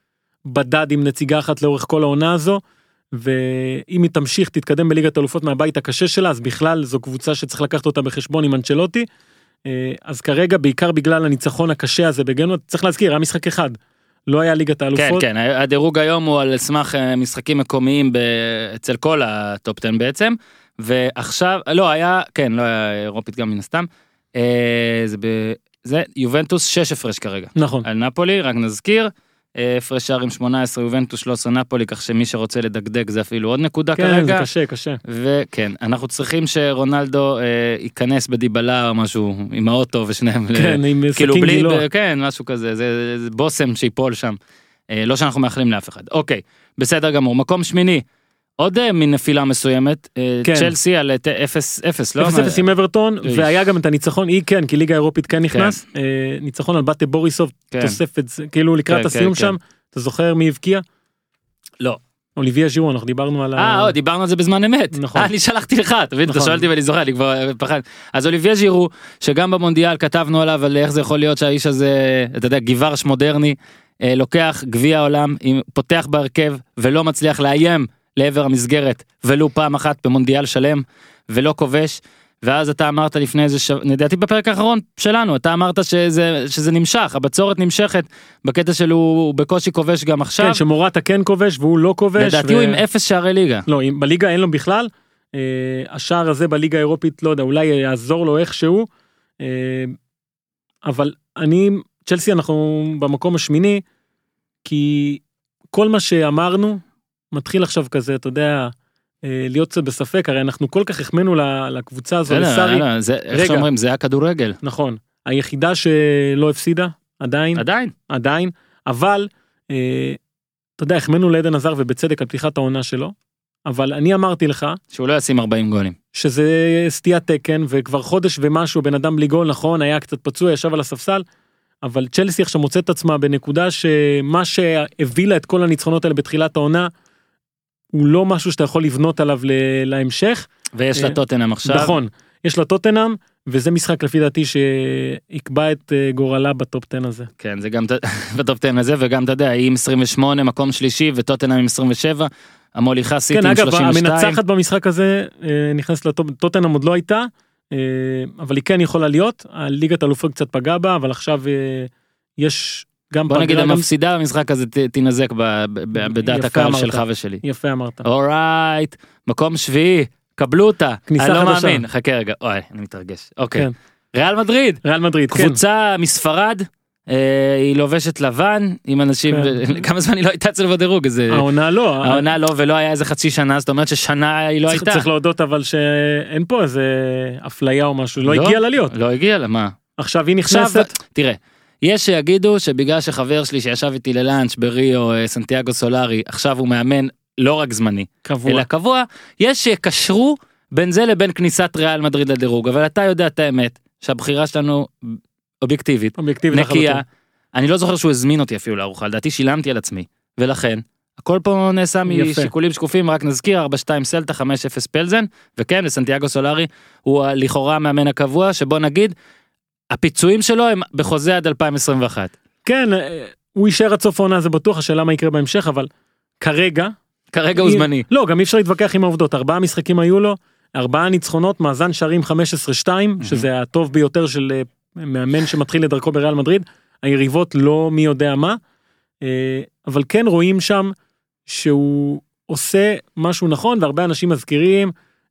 בדד עם נציגה אחת לאורך כל העונה הזו, ואם היא תמשיך, תתקדם בליגת האלופות מהבית הקשה שלה, אז בכלל זו קבוצה שצריך לקחת אותה בחשבון עם אנצ'לוטי, אז כרגע בעיקר בגלל הניצחון הקשה הזה בגנוע, צריך להזכיר, היה משחק אחד, לא היה ליגת האלופות. כן, כן, הדירוג היום הוא על סמך משחקים מקומיים אצל כל הטופ עשר בעצם, ועכשיו, לא, היה, כן, לא היה אירופית גם מן הסתם, זה, זה יובנטוס שש הפרש כרגע. נכון. על נפולי, רק נזכיר, הפרש שערים שמונה עשרה, יובנטוס שלוש עשרה נפולי, כך שמי שרוצה לדגדג זה אפילו עוד נקודה כן, כרגע. כן, זה קשה, קשה. וכן, אנחנו צריכים שרונלדו אה, ייכנס בדיבלה או משהו עם האוטו ושניהם. כן, ל... עם כאילו סכין בלי, גילו. ב, כן, משהו כזה, זה, זה בוסם שיפול שם. אה, לא שאנחנו מאחלים לאף אחד. אוקיי, בסדר גמור. מקום שמיני, עוד אה, מין נפילה מסוימת, אה, כן. צ'לסי על אפס אפס, לא? אפס אפס עם אברטון, איש. והיה גם את הניצחון, היא כן, כי ליגה אירופית כן נכנס, כן. אה, ניצחון על בתי בוריסוב, כן. תוספת, כאילו לקראת כן, הסיום כן, שם, כן. אתה זוכר מי הבקיע? לא. אוליביה ז'ירו, אנחנו דיברנו על ה... אה, דיברנו על זה בזמן אמת. נכון. אני שלחתי לך, אתה מבין, אתה נכון. שואל אותי ואני זוכר, אני כבר פחד. אז אוליביה ז'ירו, שגם במונדיאל כתבנו עליו, על איך זה יכול להיות שהאיש הזה, אתה יודע, גיברש מודרני, לוקח גביע העולם, פותח בהרכב, ולא מצליח לאיים לעבר המסגרת, ולו פעם אחת במונדיאל שלם, ולא כובש, ואז אתה אמרת לפני איזה שבוע, נדעתי בפרק האחרון שלנו, אתה אמרת שזה, שזה נמשך, הבצורת נמשכת, בקטע שלו הוא בקושי כובש גם עכשיו. כן, שמורטה כן כובש והוא לא כובש. לדעתי ו... הוא עם אפס שערי ליגה. לא, בליגה אין לו בכלל, אה, השער הזה בליגה האירופית, לא יודע, אולי יעזור לו איכשהו, אה, אבל אני, צ'לסי אנחנו במקום השמיני, כי כל מה שאמרנו, מתחיל עכשיו כזה, אתה יודע, להיות קצת בספק, הרי אנחנו כל כך החמנו לקבוצה הזו, לסארי. איך שאומרים, זה היה כדורגל. נכון, היחידה שלא הפסידה, עדיין. עדיין. עדיין, אבל, אתה יודע, החמנו לעדן עזר ובצדק על פתיחת העונה שלו, אבל אני אמרתי לך, שהוא לא ישים ארבעים גולים. שזה סטיית תקן, וכבר חודש ומשהו, בן אדם בלי גול, נכון, היה קצת פצוע, ישב על הספסל, אבל צ'לסי עכשיו מוצאת עצמה בנקודה שמה שהביא לה את כל הניצחונות האלה בתחילת העונה, הוא לא משהו שאתה יכול לבנות עליו להמשך. ויש לה טוטנהאם עכשיו. נכון, יש לה טוטנהאם, וזה משחק לפי דעתי שיקבע את גורלה בטופ עשר הזה. כן, זה גם בטופ עשר הזה, וגם אתה יודע, היא עם עשרים ושמונה, מקום שלישי, וטוטנהאם עם עשרים ושבע, המוליכה סיטי עם שלושים ושתיים. כן, אגב, המנצחת במשחק הזה נכנסת לטופ, טוטנהאם עוד לא הייתה, אבל היא כן יכולה להיות, הליגת האלופות קצת פגעה בה, אבל עכשיו יש... בוא נגיד המפסידה במשחק הזה תנזק בדעת הקהל שלך ושלי. יפה אמרת. אורייט, מקום שביעי, קבלו אותה. כניסה חדשה. אני לא חדשה. מאמין, חכה רגע, אוי, אני מתרגש. אוקיי. ריאל מדריד. ריאל מדריד, כן. קבוצה מספרד, היא לובשת לבן, עם אנשים, כמה זמן היא לא הייתה אצל בדירוג. העונה לא. העונה לא, ולא היה איזה חצי שנה, זאת אומרת ששנה היא לא הייתה. צריך להודות אבל שאין פה איזה אפליה או משהו, לא הגיע לה להיות. לא הגיע לה, מה? עכשיו היא נכנסת. תראה. יש שיגידו שבגלל שחבר שלי שישב איתי ללאנץ' בריו, סנטיאגו סולארי, עכשיו הוא מאמן לא רק זמני, קבוע. אלא קבוע, יש שיקשרו בין זה לבין כניסת ריאל מדריד לדירוג, אבל אתה יודע את האמת, שהבחירה שלנו אובייקטיבית, אובייקטיבית נקייה, לחלוטין. אני לא זוכר שהוא הזמין אותי אפילו לארוחה, לדעתי שילמתי על עצמי, ולכן, הכל פה נעשה משיקולים שקופים, רק נזכיר, ארבע שתיים סלטה, חמש אפס פלזן, וכן, לסנטיאגו סולארי, הוא לכאורה המאמן הקבוע, שבו נגיד, הפיצויים שלו הם בחוזה עד אלפיים עשרים ואחת. כן, הוא יישאר עד סוף העונה, זה בטוח, השאלה מה יקרה בהמשך, אבל כרגע... כרגע הוא זמני. לא, גם אי אפשר להתווכח עם העובדות, ארבעה משחקים היו לו, ארבעה ניצחונות, מאזן שערים חמש עשרה שתיים, שזה הטוב ביותר של מאמן שמתחיל לדרכו בריאל מדריד, היריבות לא מי יודע מה, אבל כן רואים שם שהוא עושה משהו נכון, והרבה אנשים מזכירים,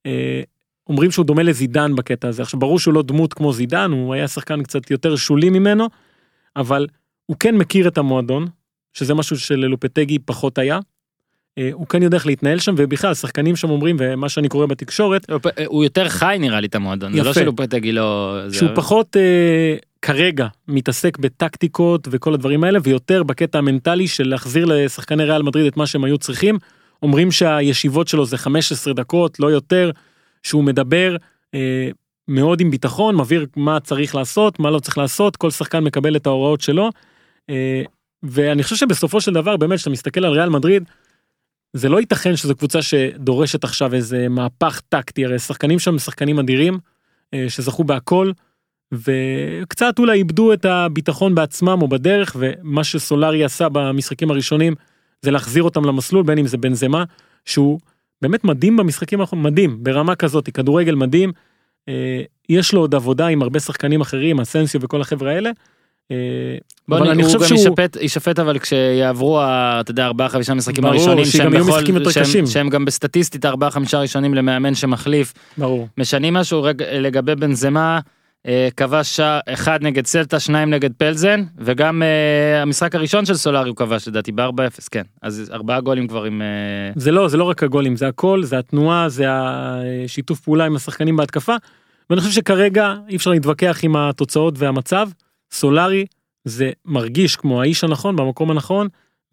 אומרים שהוא דומה לזידן בקטע הזה. עכשיו ברור שהוא לא דמות כמו זידן, הוא היה שחקן קצת יותר שולי ממנו, אבל הוא כן מכיר את המועדון, שזה משהו שללופטגי פחות היה, הוא כן יודע איך להתנהל שם, ובכלל, שחקנים שם אומרים, ומה שאני קורא בתקשורת, הוא יותר חי נראה לי את המועדון, זה לא שלופטגי לא... שהוא פחות כרגע מתעסק בטקטיקות וכל הדברים האלה, ויותר בקטע המנטלי של להחזיר לשחקני ריאל מדריד את מה שהם היו צריכים, אומרים שהישיבות שלו זה חמש עשרה דקות, לא יותר, שהוא מדבר מאוד עם ביטחון, מבהיר מה צריך לעשות, מה לא צריך לעשות, כל שחקן מקבל את ההוראות שלו, ואני חושב שבסופו של דבר, באמת, שאתה מסתכל על ריאל מדריד, זה לא ייתכן שזו קבוצה שדורשת עכשיו איזה מהפך טקטי, הרי שחקנים שם שחקנים אדירים, שזכו בהכל, וקצת אולי איבדו את הביטחון בעצמם או בדרך, ומה שסולארי עשה במשחקים הראשונים, זה להחזיר אותם למסלול, בין אם זה בנזמה, שהוא באמת מדהים במשחקים האחרונים, מדהים, ברמה כזאת, כדורגל מדהים, יש לו עוד עבודה עם הרבה שחקנים אחרים, אסנסיו וכל החבר'ה האלה, בוא אני חושב שהוא ישפט, ישפט אבל כשיעברו, אתה יודע, ארבעה חמישה משחקים הראשונים, שהם גם בסטטיסטית ארבעה חמישה ראשונים למאמן שמחליף, ברור. משנים משהו לגבי בנזמה, כבש אחד נגד סלטה, שניים נגד פלזן, וגם המשחק הראשון של סולארי הוא כבש, לדעתי, ב-ארבע אפס, כן. אז ארבעה גולים כבר עם... זה לא, זה לא רק הגולים, זה הכל, זה התנועה, זה השיתוף פעולה עם השחקנים בהתקפה, ואני חושב שכרגע אי אפשר להתווכח עם התוצאות והמצב, סולארי זה מרגיש כמו האיש הנכון, במקום הנכון,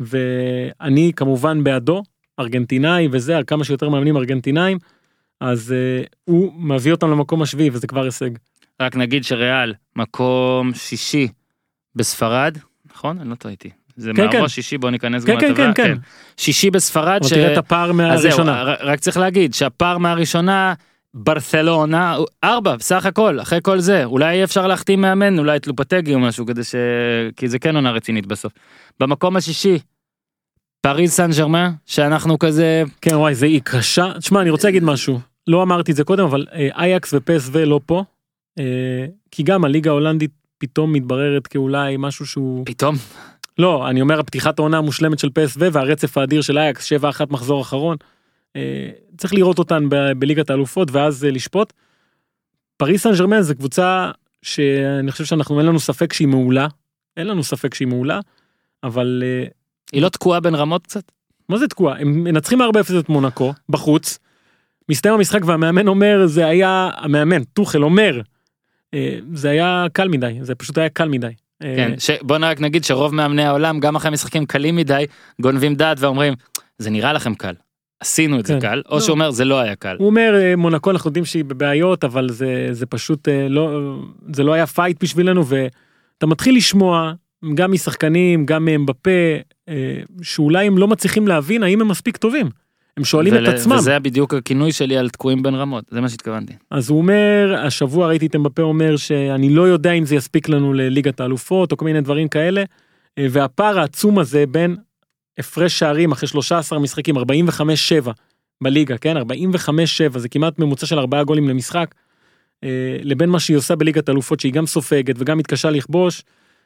ואני כמובן בעדו, ארגנטינאי וזה, על כמה שיותר מאמנים ארגנטינאים, אז הוא מביא אותם למקום השביעי, וזה כבר הישג. רק נגיד שריאל, מקום שישי בספרד, נכון? אני לא טועיתי. זה כן, מערבו כן. שישי, בוא ניכנס כן, גם כן, לטבלה. כן, כן. שישי בספרד. ש... תראה את הפער מהראשונה. זהו, רק צריך להגיד שהפער מהראשונה, ברסלונה, ארבע, בסך הכל, אחרי כל זה, אולי אפשר להחתים מאמן, אולי את לופטגי או משהו, כדי ש... כי זה כן עונה רצינית בסוף. במקום השישי, פריז סן ז'רמן, שאנחנו כזה... כן, וואי, זה היא קשה. תשמע, אני רוצה להגיד משהו. לא אמרתי את זה קודם, אבל אייקס ופסו לא פה. כי גם הליגה ההולנדית פתאום מתבררת כאולי משהו שהוא... פתאום? לא, אני אומר, הפתיחת העונה המושלמת של פסו והרצף האדיר של אייקס, שבע אחת מחזור אחרון. צריך לראות אותן ב- בליגת האלופות ואז לשפוט. פריז סן ז'רמן זה קבוצה שאני חושב שאנחנו אין לנו ספק שהיא מעולה, אין לנו ספק שהיא מעולה, אבל... היא לא תקועה בין רמות קצת? מה זה תקועה? הם מנצחים ארבע אפס את מונקו, בחוץ, מסתיים המשחק והמאמן אומר, זה היה, המאמן, טוחל אומר, זה היה קל מדי, זה פשוט היה קל מדי. כן, בוא רק נגיד שרוב מאמני העולם, גם אחרי משחקים קלים מדי, גונבים דעת ואומרים, זה נראה לכם קל. עשינו את זה קל, או שהוא אומר זה לא היה קל. הוא אומר מונקו אנחנו יודעים שהיא בבעיות, אבל זה, זה פשוט לא, זה לא היה פייט בשבילנו, ואתה מתחיל לשמוע גם משחקנים, גם מבפה, שאולי הם לא מצליחים להבין האם הם מספיק טובים. הם שואלים את עצמם. וזה בדיוק הכינוי שלי על תקועים בין רמות, זה מה שהתכוונתי. אז הוא אומר, השבוע ראיתי את מבפה אומר שאני לא יודע אם זה יספיק לנו לליגת האלופות, או כל מיני דברים כאלה, והפער העצום הזה בין הפרש שערים אחרי שלושה עשר משחקים, ארבעים וחמש שבע בליגה, כן? ארבעים וחמש שבע, זה כמעט ממוצע של ארבעה גולים למשחק, לבין מה שהיא עושה בליגת האלופות, שהיא גם סופגת וגם מתקשה לכבוש,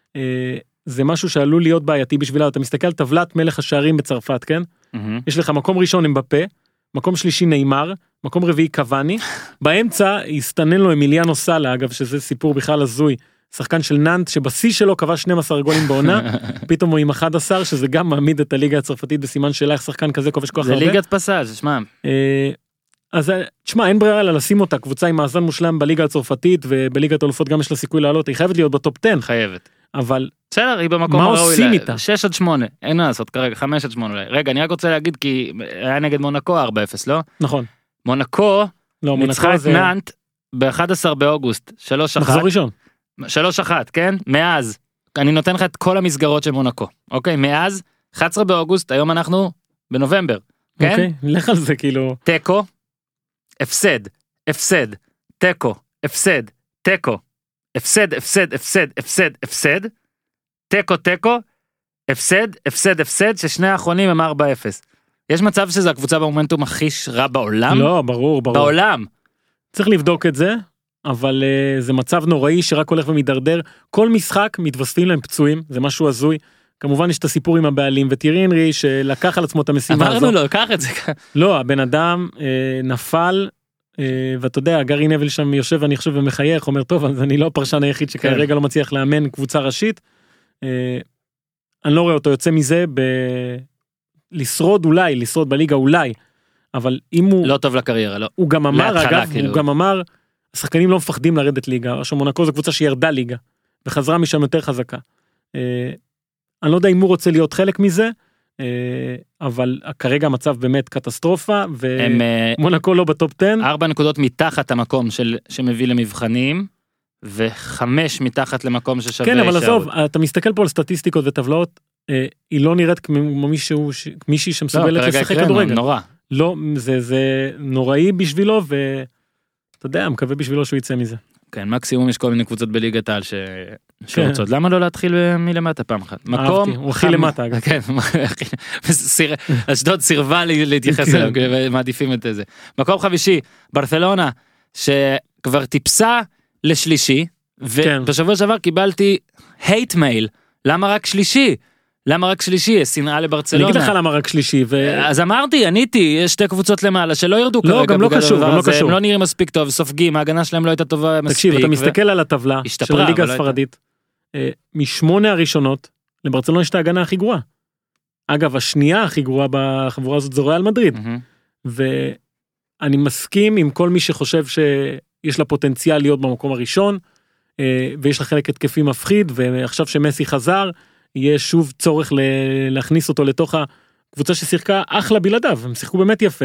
זה משהו שעלול להיות בעייתי בשבילה. אתה מסתכל על טבלת מלך השערים בצרפת, כן? Mm-hmm. יש לך מקום ראשון מבפה, מקום שלישי ניימר, מקום רביעי קוואני, באמצע הסתנן לו אמיליאנו סאלה, אגב שזה סיפור בכלל הזוי, שחקן של נאנט שבשיא שלו קבע שנים עשר גולים בעונה, פתאום הוא עם אחד עשר, שזה גם מעמיד את הליגה הצרפתית בסימן שאלה, איך שחקן כזה כובש כוח הרבה. זה ליגת פסאז', שמע. אז תשמע, אין ברירה אלא לשים אותה, קבוצה עם מאזן מושלם בליגה הצרפתית, ובליגת האלופות גם יש לה סיכוי לעלות, היא חייבת להיות בטופ עשר. חייבת. אבל בסדר, היא במקום מה עושים איתה? שש עד שמונה, אין מה לעשות כרגע, חמש עד שמונה. רגע, אני רק רוצה להגיד, כי היה נגד מונקו ארבע אפס, לא? נכון. מונקו לא, ניצחה את נאנט ב-אחד עשר באוגוסט, שלוש אחת. מחזור ראשון. שלוש אחת, כן? מאז, אני נותן לך את כל המסגרות של מונקו, אוקיי? מאז, אחד עשר באוגוסט, היום אנחנו בנובמבר, כן? אוקיי, לך על זה כאילו... טקו, הפסד, הפסד, טקו, הפסד, טקו, הפסד, הפסד, הפסד, הפסד, הפסד, טקו, טקו, הפסד, הפסד, הפסד, ששני האחרונים הם ארבע אפס. יש מצב שזו הקבוצה במומנטום הכי רע בעולם? לא, ברור, ברור. בעולם. צריך לבדוק את זה, אבל uh, זה מצב נוראי שרק הולך ומתדרדר. כל משחק מתווספים להם פצועים, זה משהו הזוי. כמובן יש את הסיפור עם הבעלים, וטירי הנרי שלקח על עצמו את המשימה הזאת. אמרנו לו, קח את זה. לא, הבן אדם אה, נפל, אה, ואתה יודע, גארי נבל שם יושב ואני חושב ומחייך, אומר טוב, אז אני לא הפרשן היחיד שכרגע לא מצליח לאמן קבוצה ראשית. אה, אני לא רואה אותו יוצא מזה, ב... לשרוד אולי, לשרוד בליגה אולי, אבל אם הוא... לא טוב לקריירה, לא. הוא גם אמר, להתחלה, אגב, כאילו. הוא גם אמר, השחקנים לא מפחדים לרדת ליגה, עכשיו מונקו זו קבוצה שירדה ליגה, וחזרה משם יותר חזקה. אה, אני לא יודע אם הוא רוצה להיות חלק מזה, אה, אבל כרגע המצב באמת קטסטרופה, ומונקו לא בטופ עשר. ארבע נקודות מתחת המקום של, שמביא למבחנים, וחמש מתחת למקום ששווה... כן, אבל עזוב, אתה מסתכל פה על סטטיסטיקות וטבלאות, אה, היא לא נראית כמו מישהו, מישהי שמסוגלת לא, לשחק הקראנו, כדורגל. נורא. לא, זה, זה נוראי בשבילו, ואתה יודע, מקווה בשבילו שהוא יצא מזה. כן, מקסימום יש כל מיני קבוצות בליגת העל ש... שרוצות. למה לא להתחיל מלמטה פעם אחת? מקום... הוא הכי למטה, אגב. כן, אשדוד סירבה להתייחס אליו, מעדיפים את זה. מקום חמישי, ברצלונה, שכבר טיפסה לשלישי, ובשבוע שעבר קיבלתי הייט מייל. למה רק שלישי? למה רק שלישי? שנאה לברצלונה. אני אגיד לך למה רק שלישי. אז אמרתי, עניתי, יש שתי קבוצות למעלה שלא ירדו כרגע. לא, גם לא קשור, גם לא קשור. הם לא נראים מספיק טוב, סופגים, ההגנה שלהם לא הייתה טובה מספיק. תקשיב, אתה מסתכל על הטבלה של הליגה הספרדית, משמונה הראשונות, לברצלונה יש את ההגנה הכי גרועה. אגב, השנייה הכי גרועה בחבורה הזאת זו ריאל מדריד. ואני מסכים עם כל מי שחושב שיש לה פוטנציאל להיות במקום הראשון, ויש לה חלק התקפי מפחיד, ועכשיו שמסי חזר, יהיה שוב צורך להכניס אותו לתוך הקבוצה ששיחקה אחלה בלעדיו, הם שיחקו באמת יפה.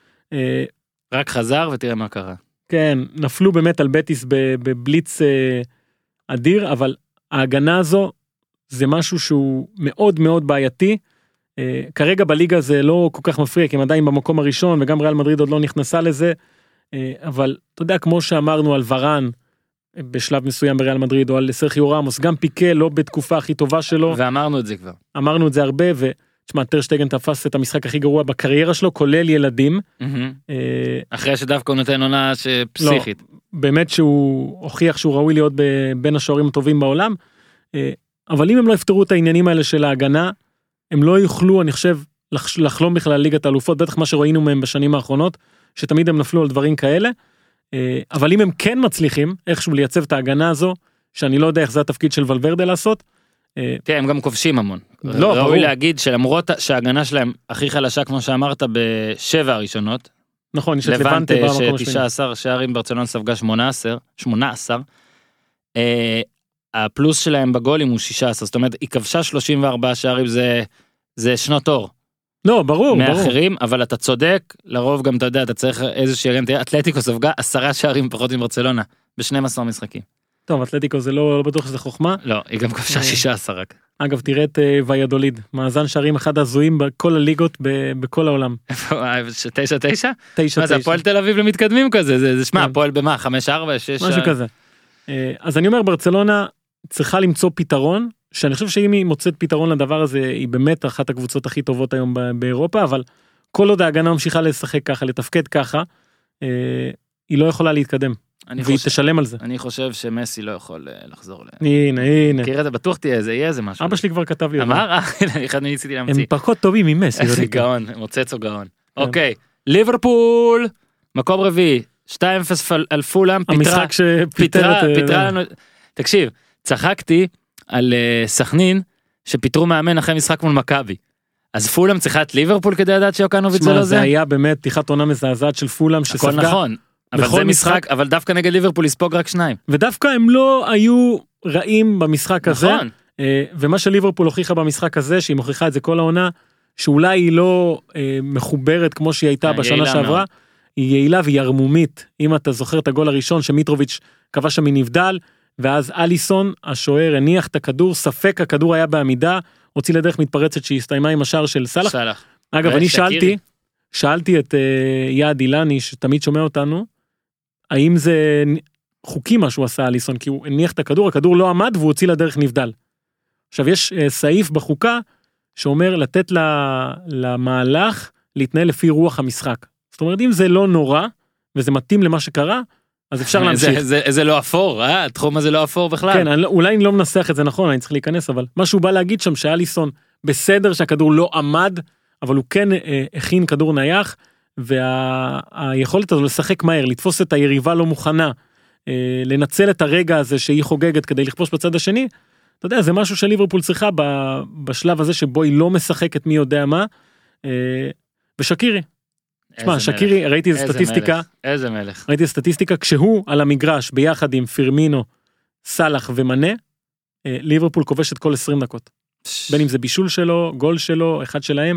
רק חזר ותראה מה קרה. כן, נפלו באמת על בטיס בבליץ אדיר, אבל ההגנה הזו זה משהו שהוא מאוד מאוד בעייתי. כרגע בליגה זה לא כל כך מפריע, כי הם עדיין במקום הראשון, וגם ריאל מדריד עוד לא נכנסה לזה, אבל אתה יודע, כמו שאמרנו על ורן, בשלב מסוים בריאל מדריד, או על סרחיו רמוס, גם פיקה לא בתקופה הכי טובה שלו. ואמרנו את זה כבר. אמרנו את זה הרבה, ותשמע, טרשטגן תפס את המשחק הכי גרוע בקריירה שלו, כולל ילדים. אחרי שדווקא הוא נותן עונה שפסיכית. באמת שהוא הוכיח שהוא ראוי להיות בין השוערים הטובים בעולם, אבל אם הם לא יפתרו את העניינים האלה של ההגנה, הם לא יוכלו, אני חושב, לחלום בכלל ליגת האלופות, בטח מה שראינו מהם בשנים האחרונות, שתמיד הם נפלו על דברים כאלה, אבל אם הם כן מצליחים איכשהו לייצב את ההגנה הזו, שאני לא יודע איך זה התפקיד של ולוורדה לעשות. תראה, הם גם כובשים המון. ראוי להגיד שלמרות שההגנה שלהם הכי חלשה, כמו שאמרת, בשבע הראשונות, נכון, יש את לבנטה ש-תשע עשרה שערים, ברצלונה ספגה שמונה עשרה, הפלוס שלהם בגולים הוא שישה עשר, זאת אומרת, היא כבשה שלושים וארבעה שערים, זה שנות אור. לא, ברור, מאחרים, ברור. אבל אתה צודק, לרוב גם אתה יודע, אתה צריך איזה שערים, אתלטיקו ספגה עשרה שערים פחות מברצלונה, ב-שנים עשר משחקים. טוב, אתלטיקו זה לא, לא בטוח שזה חוכמה. לא, היא גם כבשה שישה עשר רק. אגב, תראה את ויידוליד, מאזן שערים אחד הזויים בכל הליגות, בכל העולם. תשע תשע? תשע תשע. מה זה, הפועל תל אביב למתקדמים כזה, זה שמה, הפועל במה, חמש ארבע, שש... משהו כזה. אז אני אומר, ברצלונה צריכה למצוא פתרון, שאני חושב שאם היא מוצאת פתרון לדבר הזה, היא באמת אחת הקבוצות הכי טובות היום באירופה, אבל כל עוד ההגנה ממשיכה לשחק ככה, לתפקד ככה, היא לא יכולה להתקדם, והיא תשלם על זה. אני חושב שמסי לא יכול לחזור ל... הנה, הנה. מכיר את זה, בטוח תהיה איזה, יהיה איזה משהו. אבא שלי כבר כתב לי. אמר? אני אחד ניסיתי להמציא. הם פחות טובים ממסי. איזה גאון, מוצץ או גאון. אוקיי, ליברפול, מקום רביעי, שתיים אפס על פולאם, המשחק שפיטר את... תקשיב, צחקתי על סכנין שפיטרו מאמן אחרי משחק מול מכבי. אז פולאם צריכה את ליברפול כדי לדעת שיוקנוביץ' זה לא זה? זה היה באמת פתיחת עונה מזעזעת של פולאם שספגה. הכל נכון, אבל זה משחק, אבל דווקא נגד ליברפול לספוג רק שניים. ודווקא הם לא היו רעים במשחק הזה. נכון. ומה שליברפול הוכיחה במשחק הזה, שהיא מוכיחה את זה כל העונה, שאולי היא לא מחוברת כמו שהיא הייתה בשנה שעברה, היא יעילה והיא ערמומית. אם אתה זוכר את הגול הראשון שמיטרוביץ' כבש שם מנבדל, ואז אליסון, השוער, הניח את הכדור, ספק הכדור היה בעמידה, הוציא לדרך מתפרצת שהסתיימה עם השער של סלח. סלח. אגב, אני שאלתי, שאלתי את uh, יעד אילני, שתמיד שומע אותנו, האם זה חוקי מה שהוא עשה אליסון, כי הוא הניח את הכדור, הכדור לא עמד והוא הוציא לדרך נבדל. עכשיו, יש uh, סעיף בחוקה, שאומר לתת למהלך להתנהל לפי רוח המשחק. זאת אומרת, אם זה לא נורא, וזה מתאים למה שקרה, אז אפשר להמשיך. זה, זה, זה לא אפור, אה? התחום הזה לא אפור בכלל. כן, אני, אולי אני לא מנסח את זה נכון, אני צריך להיכנס, אבל מה שהוא בא להגיד שם, שאליסון בסדר שהכדור לא עמד, אבל הוא כן אה, הכין כדור נייח, והיכולת הזו לשחק מהר, לתפוס את היריבה לא מוכנה, אה, לנצל את הרגע הזה שהיא חוגגת כדי לכבוש בצד השני, אתה יודע, זה משהו שליברפול צריכה בשלב הזה שבו היא לא משחקת מי יודע מה, ושקירי. תשמע, שקירי, ראיתי איזה סטטיסטיקה. איזה מלך. ראיתי סטטיסטיקה, כשהוא על המגרש ביחד עם פירמינו, סלח ומנה, ליברפול כובש את כל עשרים דקות. בין אם זה בישול שלו, גול שלו, אחד שלהם.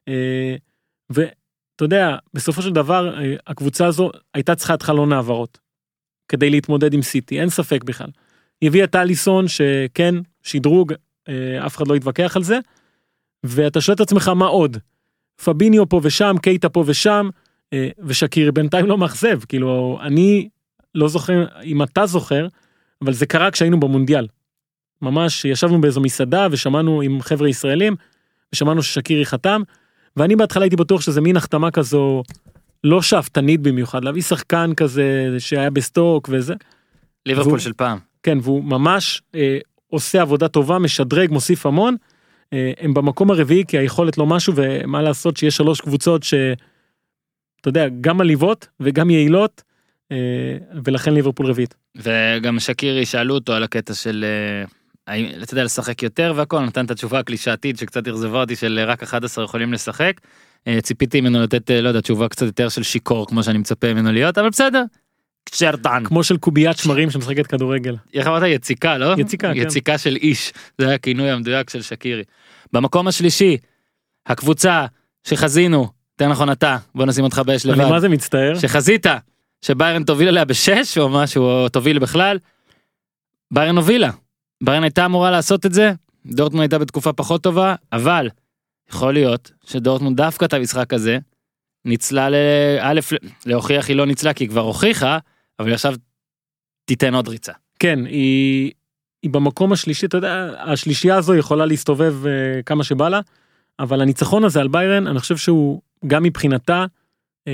ואתה יודע, בסופו של דבר, הקבוצה הזו הייתה צריכה את חלון העברות, כדי להתמודד עם סיטי, אין ספק בכלל. היא הביאה את אליסון, שכן, שדרוג, אף אחד לא יתווכח על זה, ואתה שואל את עצמך מה עוד? פביניו פה ושם, קייטה פה ושם, ושקירי בינתיים לא מאכזב, כאילו, אני לא זוכר, אם אתה זוכר, אבל זה קרה כשהיינו במונדיאל. ממש ישבנו באיזו מסעדה, ושמענו עם חבר'ה ישראלים, ושמענו ששקירי חתם, ואני בהתחלה הייתי בטוח שזה מין החתמה כזו, לא שאפתנית במיוחד, להביא שחקן כזה, שהיה בסטוק וזה. ליברפול והוא, של פעם. כן, והוא ממש אה, עושה עבודה טובה, משדרג, מוסיף המון, אה, הם במקום הרביעי, כי היכולת לא משהו, ומה לעשות שיש שלוש קבוצות ש... אתה יודע, גם מליבות וגם יעילות, ולכן ליברפול רביעית. וגם שקירי שאלו אותו על הקטע של, אתה יודע, לשחק יותר והכל, נתן את התשובה הקלישאתית שקצת הרזבה אותי של רק אחד עשר יכולים לשחק, ציפיתי ממנו לתת, לא יודע, תשובה קצת יותר של שיקור, כמו שאני מצפה ממנו להיות, אבל בסדר, קשרטן. כמו של קוביית שמרים שמשחקת כדורגל. איך אמרת? יציקה, לא? יציקה, כן. יציקה של איש, זה היה הכינוי המדויק של שקירי. במקום השלישי, הקבוצה שחזינו, יותר נכון אתה, בוא נשים אותך באש לבד. אני מה זה מצטער? שחזית, שביירן תוביל עליה בשש, או משהו, או תוביל בכלל, ביירן הובילה. ביירן הייתה אמורה לעשות את זה, דורטמונד הייתה בתקופה פחות טובה, אבל יכול להיות שדורטמונד דווקא את המשחק הזה, ניצלה לאלף, להוכיח היא לא ניצלה, כי היא כבר הוכיחה, אבל עכשיו תיתן עוד ריצה. כן, היא, היא במקום השלישי, אתה יודע, השלישייה הזו יכולה להסתובב uh, כמה שבא לה, אבל הניצחון הזה על ביירן, אני חושב שהוא גם מבחינתה, uh,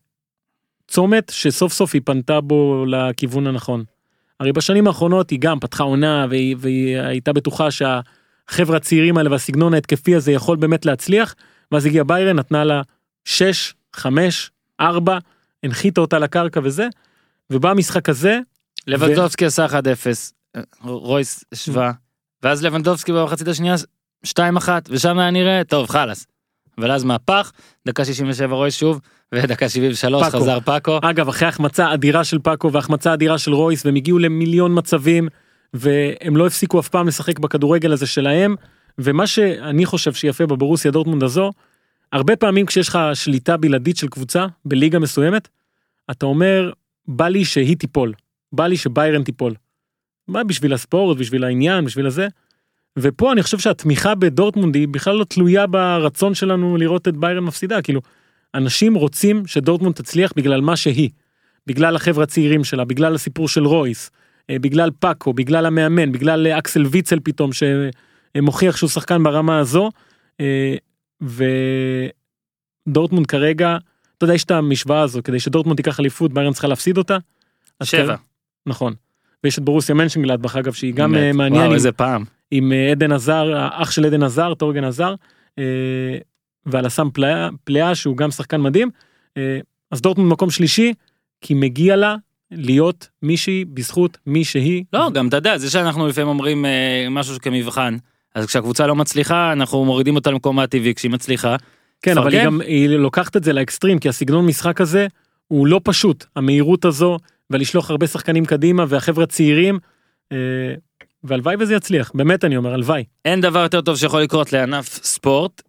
צומת שסוף סוף היא פנתה בו לכיוון הנכון. הרי בשנים האחרונות היא גם פתחה עונה, והיא, והיא הייתה בטוחה שהחבר'ה הצעירים האלה והסגנון ההתקפי הזה יכול באמת להצליח, ואז הגיעה ביירן, נתנה לה שש, חמש, ארבע, הנחיתה אותה לקרקע וזה, ובא המשחק הזה, לבנדובסקי עשה אחד אפס, רויס שווה, ואז לבנדובסקי במחצית השנייה שתיים אחת, ושם היה נראה, טוב, חלס. אבל אז מהפך, דקה שישים ושבע רויס שוב, ודקה שבעים ושלוש חזר פאקו. אגב, אחרי החמצה אדירה של פאקו, והחמצה אדירה של רויס, והם הגיעו למיליון מצבים, והם לא הפסיקו אף פעם לשחק בכדורגל הזה שלהם, ומה שאני חושב שיפה בברוסיה דורטמונד הזו, הרבה פעמים כשיש לך שליטה בלעדית של קבוצה, בליגה מסוימת, אתה אומר, בא לי שהיא תיפול, בא לי שביירן תיפול. מה בשביל הספורט, בשביל העניין, בשביל הזה? ופה אני חושב שהתמיכה בדורטמונד היא בכלל לא תלויה ברצון שלנו לראות את ביירן מפסידה, כאילו, אנשים רוצים שדורטמונד תצליח בגלל מה שהיא, בגלל החבר'ה הצעירים שלה, בגלל הסיפור של רויס, בגלל פאקו, בגלל המאמן, בגלל אקסל ויצל פתאום, שמוכיח שהוא שחקן ברמה הזו, ודורטמונד כרגע, אתה יודע, יש את המשוואה הזו, כדי שדורטמונד תיקח אליפות, ביירן צריכה להפסיד אותה. שבע. נכון. ויש את ברוסיה מנשנגלדבך, אגב, שהיא גם מעניין. וואו, איזה פעם. עם עדן עזר, האח של עדן עזר, טורגן עזר, ועל הסם פלאה, פלאה, שהוא גם שחקן מדהים. אז דורטמונד מקום שלישי, כי מגיע לה להיות מישהי בזכות מי שהיא. לא, גם אתה יודע, זה שאנחנו לפעמים אומרים משהו כמבחן, אז כשהקבוצה לא מצליחה, אנחנו מורידים אותה למקום הטבעי, כשהיא מצליחה. כן, אבל היא גם, היא לוקחת את זה לאקסטרים, כי הסגנון משחק הזה, הוא לא פשוט, המהירות הזו, ולשלוח הרבה שחקנים קדימה, והחבר'ה צעירים, והלוואי וזה יצליח, באמת אני אומר, הלוואי. אין דבר יותר טוב שיכול לקרות לענף ספורט,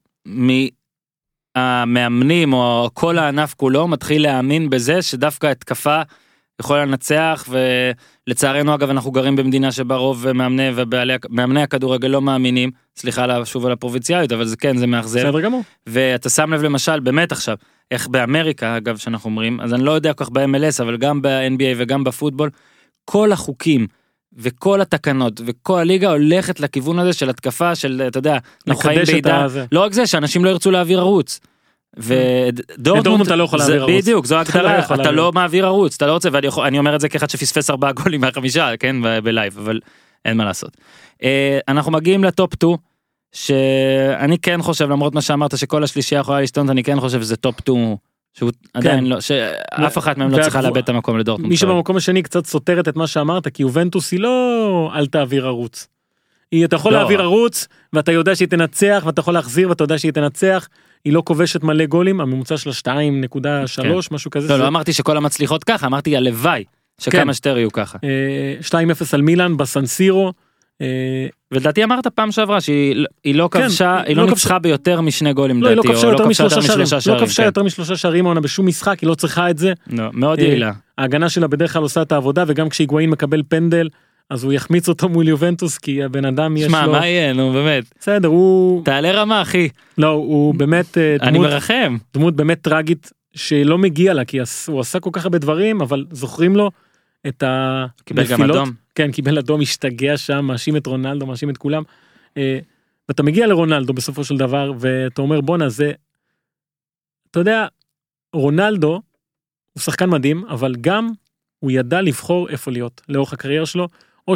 מהמאמנים, או כל הענף כולו, מתחיל להאמין בזה, שדווקא התקפה יכולה לנצח, ולצערנו אגב אנחנו גרים במדינה שבה רוב מאמני ובעלי, מאמני הכדורגל לא מאמינים, סליחה שוב על הפרובינציאליות, אבל זה כן, זה מאכזב. בסדר גמור. ואתה שם לב למשל, באמת עכשיו, איך באמריקה, אגב שאנחנו אומרים, אז אני לא יודע כל כך ב-אם אל אס, אבל גם ב-אן בי איי וגם בפוטבול, כל החוקים, וכל התקנות, וכל הליגה הולכת לכיוון הזה של התקפה, של, אתה יודע, אנחנו חיים בעידה, לא רק זה, שאנשים לא ירצו להעביר ערוץ. ודורטמונד אתה לא יכול להעביר ערוץ. בדיוק, זו הגדרה, אתה לא מעביר ערוץ, אתה לא רוצה, ואני אומר את זה כאחד שפספס ארבעה גולים מהחמישה, כן, בלייב, אבל אין מה לעשות. אנחנו מגיעים לטופ שתיים, שאני כן חושב, למרות מה שאמרת, שכל השלישייה יכולה להשתנות, אני כן חושב שזה טופ שתיים, שהוא עדיין לא, שאף אחת מהם לא צריכה לאבד את המקום לדורטמונד. מי שבמקום השני קצת סותרת את מה שאמרת, כי יובנטוס היא לא אל תעביר ערוץ. היא, אתה יכול לא. להעביר ערוץ, ואתה יודע שהיא תנצח, ואתה יכול להחזיר, ואתה יודע שהיא תנצח, היא לא כובשת מלא גולים, הממוצע שלה שתיים נקודה שלוש, כן. משהו כזה. לא, זה... לא אמרתי שכל המצליחות ככה, אמרתי הלוואי, שכמה כן. שתר יהיו ככה. שתיים אפס על מילאן, בסנסירו, ולדעתי אמרת פעם שעברה שהיא לא כבשה, היא לא ניצחה ביותר משני גולים, לא, היא לא כבשה יותר משלושה שערים, לא כבשה יותר משלושה שערים העונה בשום משחק, היא לא צריכה את זה. מאוד יעילה. ההגנה שלה בדרך כלל עושה את העבודה, וגם כשהיגואין מקבל פנדל, אז הוא יחמיץ אותו מול יובנטוס, כי הבן אדם יש לו... שמע, מה יהיה, נו באמת. בסדר, הוא... תעלה רמה, אחי. לא, הוא באמת... אני מרחם. דמות באמת טרגית, שלא מגיע לה, כי הוא עשה כל כך הרבה דברים, אבל זוכרים לו את הנפילות. קיבל גם אדום. כן, קיבל אדום, השתגע שם, מאשים את רונלדו, מאשים את כולם. ואתה מגיע לרונלדו בסופו של דבר, ואתה אומר, בוא נעזה... אתה יודע, רונלדו הוא שחקן מדהים, אבל גם הוא ידע לבחור איפה להיות, לאורך הקריירה שלו, או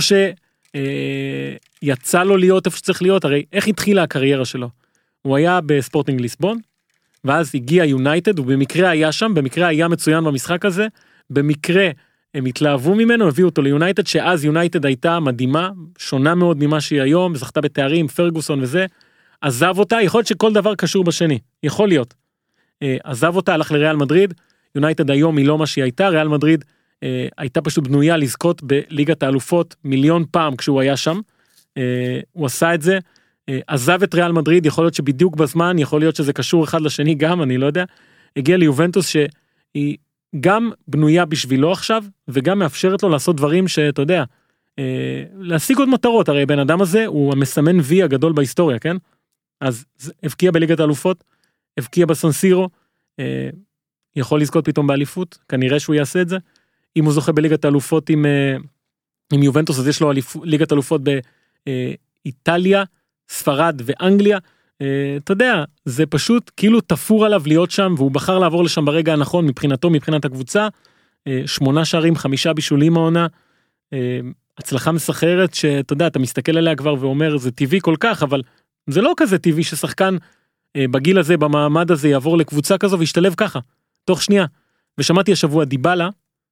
שיצא לו להיות איפה שצריך להיות, הרי איך התחילה הקריירה שלו? הוא היה בספורטינג ליסבון, ואז הגיע יונייטד, הוא במקרה היה שם, במקרה היה מצוין במשחק הזה, במקרה הם התלהבו ממנו, הביאו אותו ליונייטד, שאז יונייטד הייתה מדהימה, שונה מאוד ממה שהיא היום, זכתה בתארים, פרגוסון וזה, עזב אותה, יכול להיות שכל דבר קשור בשני, יכול להיות. עזב אותה, הלך לריאל מדריד, יונייטד היום היא לא מה שהיא הייתה, ריאל מדריד הייתה פשוט בנויה לזכות בליגת האלופות מיליון פעם כשהוא היה שם, הוא עשה את זה, עזב את ריאל מדריד, יכול להיות שבדיוק בזמן, יכול להיות שזה קשור אחד לשני גם, אני לא יודע, הגיע ליובנטוס שהיא גם בנויה בשבילו עכשיו, וגם מאפשרת לו לעשות דברים שאתה יודע, להשיג עוד מטרות, הרי בן אדם הזה הוא המסמן וי הגדול בהיסטוריה, כן? אז הבקיע בליגת האלופות, הבקיע בסנסירו, יכול לזכות פתאום באליפות, כנראה שהוא יעשה את זה, אם הוא זוכה בליגת האלופות עם, עם יובנטוס, אז יש לו אליפ, ליגת האלופות באיטליה, ספרד ואנגליה, אתה יודע, זה פשוט כאילו תפור עליו להיות שם, והוא בחר לעבור לשם ברגע הנכון, מבחינתו, מבחינת הקבוצה, שמונה שערים, חמישה בישולים העונה, הצלחה מסחררת, שאתה יודע, אתה מסתכל עליה כבר ואומר, זה טבעי כל כך, אבל זה לא כזה טבעי ששחקן בגיל הזה, במעמד הזה, יעבור לקבוצה כזו וישתלב ככה, תוך שנייה. ושמעתי השבוע דיבלה,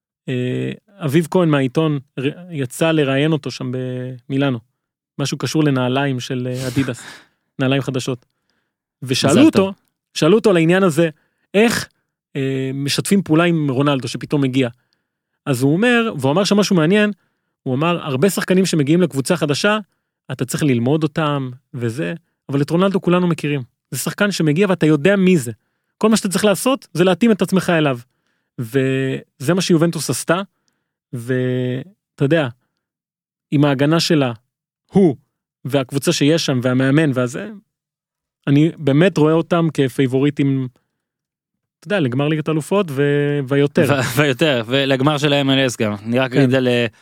אביב כהן מהעיתון יצא לראיין אותו שם במילאנו, משהו קשור לנעליים של אדידס, נעליים חדשות. ושאלו אותו, שאלו אותו על העניין הזה, איך אה, משתפים פעולה עם רונלדו שפתאום מגיע. אז הוא אומר, והוא אמר שם משהו מעניין, הוא אמר, הרבה שחקנים שמגיעים לקבוצה חדשה, אתה צריך ללמוד אותם וזה, אבל את רונלדו כולנו מכירים. זה שחקן שמגיע ואתה יודע מי זה. כל מה שאתה צריך לעשות, זה להתאים את עצמך אליו. וזה מה שיובנטוס עשתה, ואתה יודע, עם ההגנה שלה, הוא והקבוצה שיש שם, והמאמן והזה, אני באמת רואה אותם כפייבוריטים, אתה יודע, לגמר ליגת האלופות ויותר. ויותר, ולגמר של ה-אם אל אס גם. אני רק כדי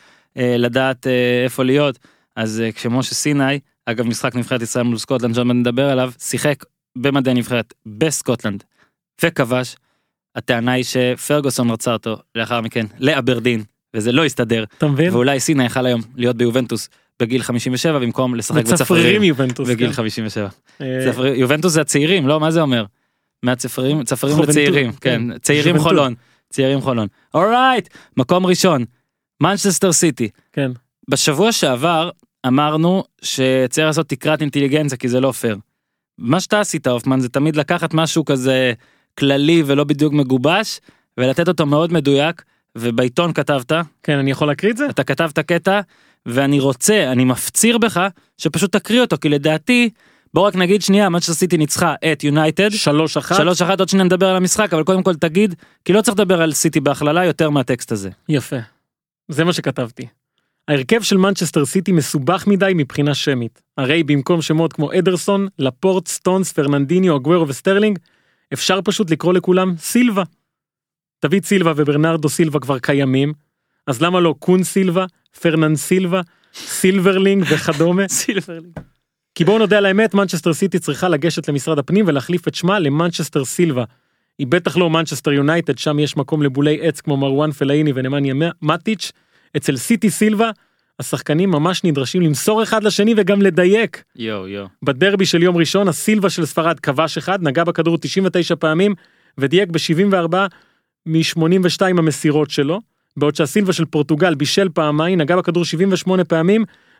לדעת איפה להיות, אז כשמשה סיני, אגב משחק נבחרת ישראל מול סקוטלנד, שאני מדבר עליו, שיחק במדי נבחרת בסקוטלנד, וכבש, הטענה היא שפרגוסון רצה אותו לאחר מכן לאברדין, וזה לא הסתדר. אתה מבין? ואולי סיני יכל היום להיות ביובנטוס בגיל חמישים ושבע, במקום לשחק בצפרירים יובנטוס, בגיל כן. חמישים ושבע. צפר... יובנטוס זה הצעירים, לא? מה זה אומר? מהצפרים, צפרים חובנטו, לצעירים, כן. כן. צעירים שובנטו. חולון, צעירים חולון. אורייט, מקום ראשון, מנצ'סטר סיטי. כן. בשבוע שעבר אמרנו שצריך לעשות תקרת אינטליגנציה, כי זה לא פייר. מה שאתה עשית, אופמן, זה תמיד לקחת משהו כזה כללי ולא בדיוק מגובש, ולתת אותו מאוד מדויק, ובעיתון כתבת. כן, אני יכול להקריא את זה? אתה כתבת קטע, ואני רוצה, אני מפציר בך, שפשוט תקריא אותו, כי לדעתי, בוא רק נגיד שנייה, מנצ'סטר סיטי ניצחה את יונייטד. שלוש אחת. שלוש אחת, עוד שניה נדבר על המשחק, אבל קודם כל תגיד, כי לא צריך לדבר על סיטי בהכללה יותר מהטקסט הזה. יפה. זה מה שכתבתי. ההרכב של מנצ'סטר סיטי מסובך מדי מבחינה שמית. הרי במקום שמות כמו אדרסון, לפורט, סטונס, פרננדיניו, אגוורו וסטרלינג, אפשר פשוט לקרוא לכולם סילבה. דוד סילבה וברנרדו סילבה כבר קיימים, אז למה לא קון סילבה, פרננד סילבה, סילברלינג וכדומה? סילברלינג. כי בואו נודע על האמת, מנצ'סטר סיטי צריכה לגשת למשרד הפנים ולהחליף את שמה למנצ'סטר סילבה. היא בטח לא מנצ'סטר יונייטד, שם יש מקום לבולי עץ כמו מרואן פלאיני ונמניה מטיץ'. אצל סיטי סילבה, השחקנים ממש נדרשים למסור אחד לשני וגם לדייק. יו, יו. בדרבי של יום ראשון, הסילבה של ספרד כבש אחד, נגע בכדור תשעים ותשע פעמים, ודייק ב-שבעים וארבע מ-שמונים ושתיים המסירות שלו, בעוד שהסילבה של פורטוגל בישל פעמיים, נגע בכדור שבעים ושמונה פעמים,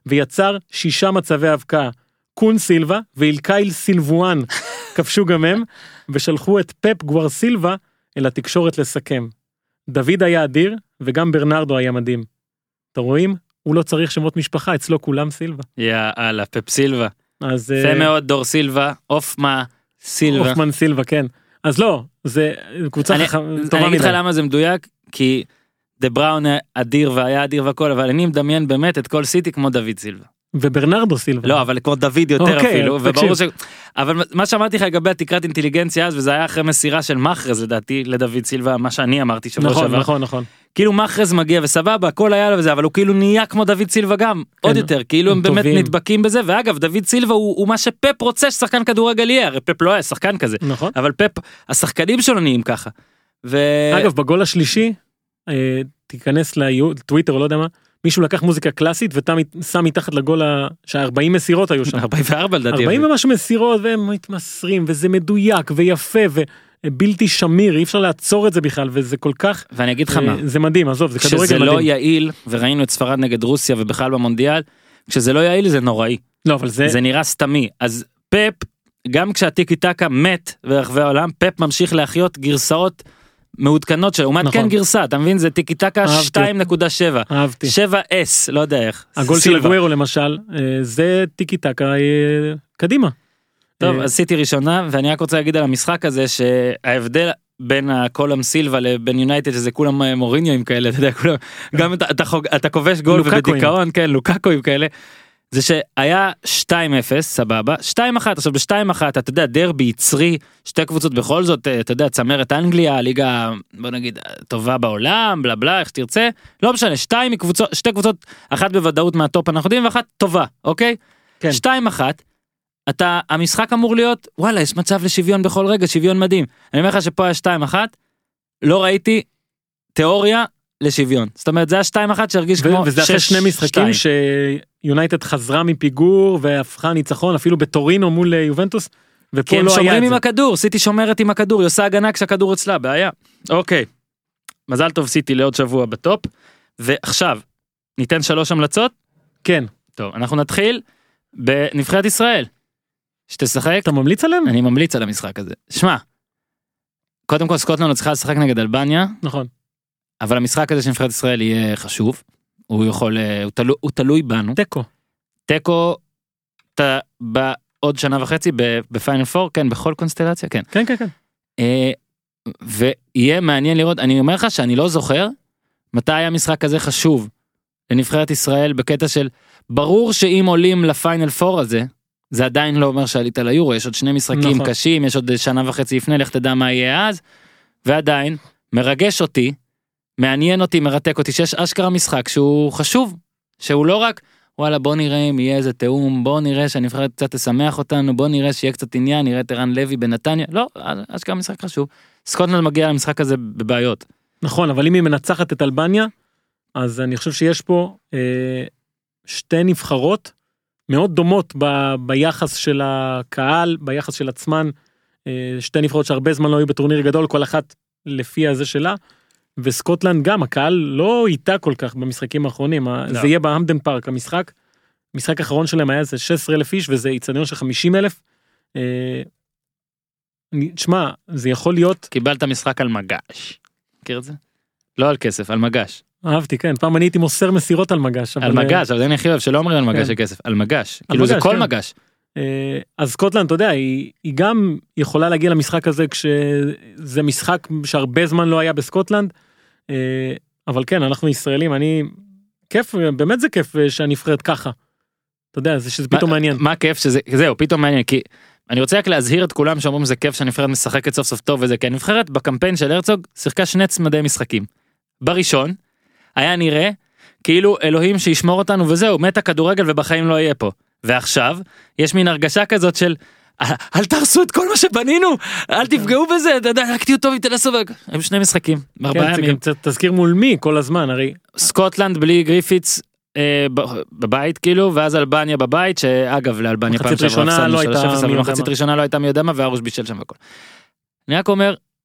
ויצר שישה מצבי הבקעה. קון סילבה ואילקייל סילבואן כבשו גם הם, ושלחו את פפ גואר סילבה אל התקשורת לסכם. דוד היה אדיר, וגם ברנרדו היה מדהים. אתם רואים? הוא לא צריך שמות משפחה, אצלו כולם סילבה. יאללה, פפ סילבה. אז... זה מאוד דור סילבה, אופמה סילבה. אופמן סילבה, כן. אז לא, זה קבוצה אני, טובה מדי. אני אגיד לך למה זה מדויק, כי דה בראון אדיר והיה אדיר והכל, אבל אני מדמיין באמת את כל סיטי כמו דוד סילבה. וברנרדו סילבה. לא, אבל כמו דוד יותר אוקיי, אפילו, תקשיב. וברור ש... אבל מה שאמרתי לך לגבי התקרת אינטליגנציה אז, וזה היה אחרי מסירה של מחרז לדעתי, לדוד סילבה, מה שאני אמרתי שבוע נכון, שעבר. נכון, נכון. כאילו מחרז מגיע וסבבה, הכל היה לו וזה, אבל הוא כאילו נהיה כמו דוד סילבה גם, עוד יותר, כאילו הם באמת נדבקים בזה, ואגב, דוד סילבה הוא, הוא מה שפפ רוצה ששחקן כדורגל יהיה, הרי פפ לא היה שחקן כזה, נכון. אבל פפ, השחקנים שלו נהיים ככה. ו... אגב, בגול השלישי, אה, תיכנס לטוויטר או לא יודע מה, מישהו לקח מוזיקה קלאסית ושם מתחת לגול שה-ארבעים מסירות היו שם. ארבעים וארבע לדעתי. ארבעים ממש מסירות והם מתמסרים וזה מדויק ויפה ובלתי שמיר, אי אפשר לעצור את זה בכלל וזה כל כך... ואני אגיד לך מה. זה מדהים, עזוב, זה כדורגל מדהים. כשזה לא יעיל, וראינו את ספרד נגד רוסיה ובכלל במונדיאל, כשזה לא יעיל זה נוראי. לא, אבל זה... זה נראה סתמי. אז פפ, גם כשהטיקי טקה מת ברחבי העולם, פפ ממשיך להחיות גרסאות מעודכנות שלו, הוא מעדכן גרסה, אתה מבין? זה טיקי טקה שתיים נקודה שבע. אהבתי. שבע אס, לא יודע איך. הגול של גווירו למשל, זה טיקי טקה קדימה. טוב, אז סיטי ראשונה, ואני רק רוצה להגיד על המשחק הזה, שההבדל בין הקולם סילבה לבין יונייטד, שזה כולם מוריניואים כאלה, אתה יודע, כולם, גם אתה כובש גול ובדיכאון, כן, לוקאקואים כאלה, זה שהיה שתיים אפס, סבבה, שתיים אחת, עכשיו ב-שתיים אחת, אתה יודע, דרבי יצרי, שתי קבוצות בכל זאת, אתה יודע, צמרת אנגליה, הליגה, בוא נגיד, טובה בעולם, בלה בלה, איך שתרצה, לא משנה, שתיים מקבוצות, שתי קבוצות, אחת בוודאות מהטופ אנחנו יודעים, ואחת טובה, אוקיי? כן. שתיים אחת, אתה, המשחק אמור להיות, וואלה, יש מצב לשוויון בכל רגע, שוויון מדהים. אני אומר לך שפה היה שתיים אחת, לא ראיתי תיאוריה לשוויון. זאת אומרת, זה היה שתיים אחת שהרגיש כמו שש שתיים. וזה אחרי שני משחקים שיונייטד חזרה מפיגור והפכה ניצחון, אפילו בטורינו מול יובנטוס, ופה לא היה את זה. כי הם שומרים עם הכדור, סיטי שומרת עם הכדור, היא עושה הגנה כשהכדור אצלה, בעיה. אוקיי, מזל טוב סיטי לעוד שבוע בטופ, ועכשיו, ניתן שלוש המלצות? כן. טוב, אנחנו נתחיל בנבחרת ישראל. שתשחק. אתה ממליץ עליהם? אני ממליץ על המשחק הזה. שמע, קודם כל סקוטלנד צריכה לשחק נגד אלבניה. נכון. אבל המשחק הזה של נבחרת ישראל יהיה חשוב. הוא יכול, הוא תלוי, הוא תלוי בנו. טקו. טקו, אתה בעוד שנה וחצי בפיינל פור, כן, בכל קונסטלציה, כן. כן, כן, כן. ויהיה מעניין לראות, אני אומר לך שאני לא זוכר, מתי היה משחק כזה חשוב לנבחרת ישראל בקטע של, ברור שאם עולים לפיינל פור הזה, זה עדיין לא אומר שעלית ליורו, יש עוד שני משחקים נכון. קשים, יש עוד שנה וחצי לפני, לך תדע מה יהיה אז, ועדיין, מרגש אותי, מעניין אותי, מרתק אותי, שיש אשכרה משחק שהוא חשוב, שהוא לא רק, וואלה בוא נראה אם יהיה איזה תאום, בוא נראה שהנבחרת קצת תשמח אותנו, בוא נראה שיהיה קצת עניין, נראה את ערן לוי בנתניה, לא, אשכרה משחק חשוב, סקוטלנד מגיע למשחק הזה בבעיות. נכון, אבל אם היא מנצחת את אלבניה, אז אני חושב שיש פה אה, שתי נבחרות, מאוד דומות ב, ביחס של הקהל, ביחס של עצמן, שתי נבחרות שהרבה זמן לא היו בטורניר גדול, כל אחת לפי הזה שלה, וסקוטלנד גם, הקהל לא איתה כל כך במשחקים האחרונים, לא. זה יהיה בהמדן פארק, המשחק, המשחק האחרון שלהם היה זה שש עשרה אלף איש, וזה איצטדיון של חמישים אלף, תשמע, זה יכול להיות... קיבלת משחק על מגש, מכיר את זה? לא על כסף, על מגש. אהבתי, כן, פעם אני הייתי מוסר מסירות על מגש. על מגש, אבל אני הכי אוהב שלא אומרים על מגש הכסף, על מגש, כאילו זה כל מגש. אז סקוטלנד, אתה יודע, היא גם יכולה להגיע למשחק הזה, כשזה משחק שהרבה זמן לא היה בסקוטלנד, אבל כן, אנחנו ישראלים, אני, כיף, באמת זה כיף שהנבחרת ככה. אתה יודע, זה שזה פתאום מעניין. מה כיף שזה, זהו, פתאום מעניין, כי אני רוצה רק להזהיר את כולם שאומרים זה כיף שהנבחרת משחקת סוף סוף טוב וזה, כי הנבחרת בקמפיין של הרצוג שיחקה שני צמדי משחקים. בראשון, היה נראה כאילו אלוהים שישמור אותנו וזהו, מת הכדורגל ובחיים לא יהיה פה. ועכשיו, יש מין הרגשה כזאת של, אל תרסו את כל מה שבנינו, אל תפגעו בזה, אתה יודע, רק תהיו טוב ותנסו, היו שני משחקים, בארבעה ימים. תזכיר מול מי כל הזמן, הרי. סקוטלנד בלי גריפיץ בבית כאילו, ואז אלבניה בבית, שאגב לאלבניה פעם שעברה הפסדנו שלוש אפס, אבל מחצית ראשונה לא הייתה מי יודע מה, והרוש בישל שם וכל. אני רק אומר,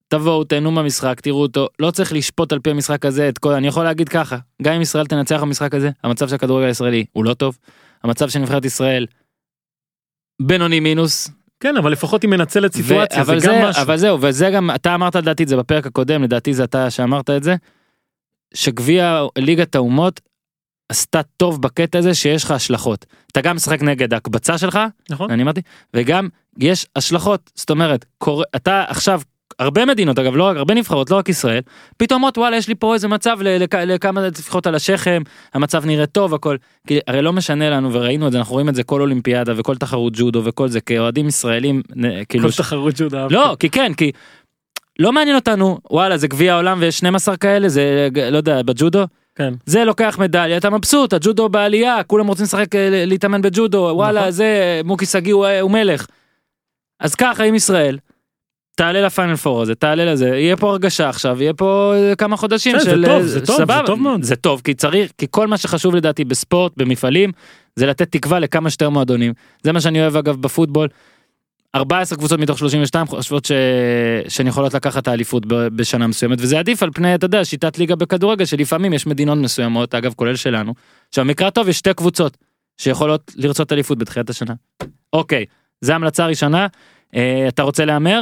תבואו, תהנו מהמשחק, תראו אותו, לא צריך לשפוט על פי המשחק הזה את כל, אני יכול להגיד ככה, גם אם ישראל תנצח במשחק הזה, המצב של הכדורגל הישראלי הוא לא טוב, המצב של נבחרת ישראל בינוני מינוס. כן, אבל לפחות היא מנצלת סיטואציה, זה גם משהו. אבל זהו, וזה גם, אתה אמרת לדעתי את זה בפרק הקודם, לדעתי זה אתה שאמרת את זה, שגביע ליגת האומות עשתה טוב בקטע הזה שיש לך השלכות. אתה גם משחק נגד ההקבצה שלך, נכון. אני אמרתי, וגם יש השלכות, זאת אומרת, קור... אתה עכשיו, הרבה מדינות, אגב, לא רק, הרבה נבחרות, לא רק ישראל, פתאום אומרות, וואלה, יש לי פה איזה מצב לכ... לכמה טפיחות על השכם, המצב נראה טוב, הכל, כי הרי לא משנה לנו, וראינו את זה, אנחנו רואים את זה כל אולימפיאדה, וכל תחרות ג'ודו, וכל זה, כאוהדים ישראלים, כאילו... כל תחרות ג'ודו. לא, כי כן, כי לא מעניין אותנו, וואלה, זה גביע העולם ויש שנים עשר כאלה, זה, לא יודע, בג'ודו, כן. זה לוקח מדליה, אתה מבסוט, הג'ודו בעלייה, כולם רוצים לשחק, להתאמן בג'ודו, וואלה, נכון. זה, מוקי סגי הוא, הוא מלך. אז ככה עם ישראל, תעלה לפיינל פור הזה, תעלה לזה, יהיה פה הרגשה עכשיו, יהיה פה כמה חודשים של... זה טוב, זה טוב, זה טוב מאוד. זה טוב, כי צריך, כי כל מה שחשוב לדעתי בספורט, במפעלים, זה לתת תקווה לכמה שתר מועדונים. זה מה שאני אוהב אגב בפוטבול, ארבע עשרה קבוצות מתוך שלושים ושתיים חושבות ש... שהן יכולות לקחת את האליפות בשנה מסוימת, וזה עדיף על פני, אתה יודע, שיטת ליגה בכדורגל, שלפעמים יש מדינות מסוימות, אגב כולל שלנו, שהמקרה טוב יש שתי קבוצות, שיכולות לרצות אליפות בתחילת השנה. אוקיי, זה המלצה הראשונה, אתה רוצה לאמר?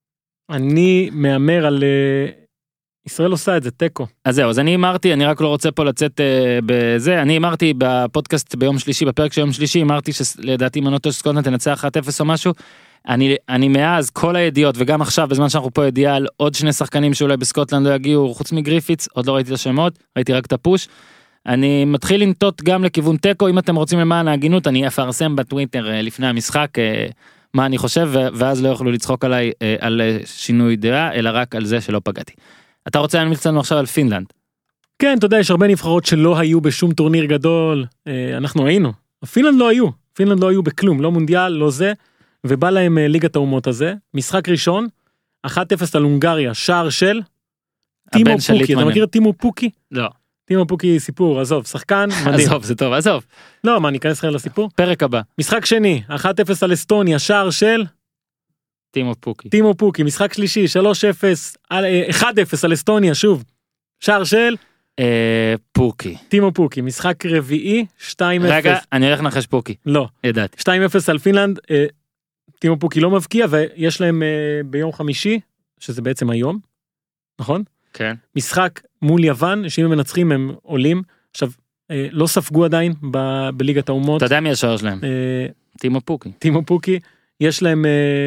אני מאמר על... ישראל עושה את זה, טקו. אז זהו, אז אני אמרתי, אני רק לא רוצה פה לצאת uh, בזה, אני אמרתי בפודקאסט ביום שלישי, בפרק של יום שלישי, אמרתי שלדעתי מנוטו שסקוטלנד תנצח אחת אפס או משהו, אני, אני מאז כל הידיעות, וגם עכשיו, בזמן שאנחנו פה ידיעה על עוד שני שחקנים שאולי בסקוטלנד לא יגיעו, חוץ מגריפיץ, עוד לא ראיתי את השמות, ראיתי רק את הפוש, אני מתחיל לנטות גם לכיוון טקו, אם אתם רוצים למען ההגינות, אני אפרסם בטוויטר uh, לפני המשחק, uh, מה אני חושב, ואז לא יוכלו לצחוק עליי uh, על שינוי דעה, אלא רק על זה שלא פגעתי. אתה רוצה להמליץ לנו עכשיו על פינלנד? כן, אתה יודע, יש הרבה נבחרות שלא היו בשום טורניר גדול, אנחנו היינו, פינלנד לא היו, פינלנד לא היו בכלום, לא מונדיאל, לא זה, ובא להם ליגת האומות הזה, משחק ראשון, אחת אפס על הונגריה, שער של טימו פוקי, אתה מכיר את טימו פוקי? לא. טימו פוקי סיפור, עזוב, שחקן מדהים. עזוב, זה טוב, עזוב. לא, מה, אני אכנס לך לסיפור? פרק הבא. משחק שני, אחת אפס על אסטוניה, שער של טימו פוקי. טימו פוקי, משחק שלישי, שלוש אפס, אחת אפס על אסטוניה, שוב, שער של פוקי. טימו פוקי, משחק רביעי, שתיים אפס. רגע, אני הולך לנחש פוקי. לא. ידעתי. שתיים אפס על פינלנד, טימו פוקי לא מבקיע, ויש להם ביום חמישי, שזה בעצם היום, נכון? כן. משחק מול יוון, שאם הם מנצחים הם עולים, עכשיו, לא ספגו עדיין בליגת האומות. אתה יודע מי השער שלהם? טימו פוקי. טימו פוקי, יש להם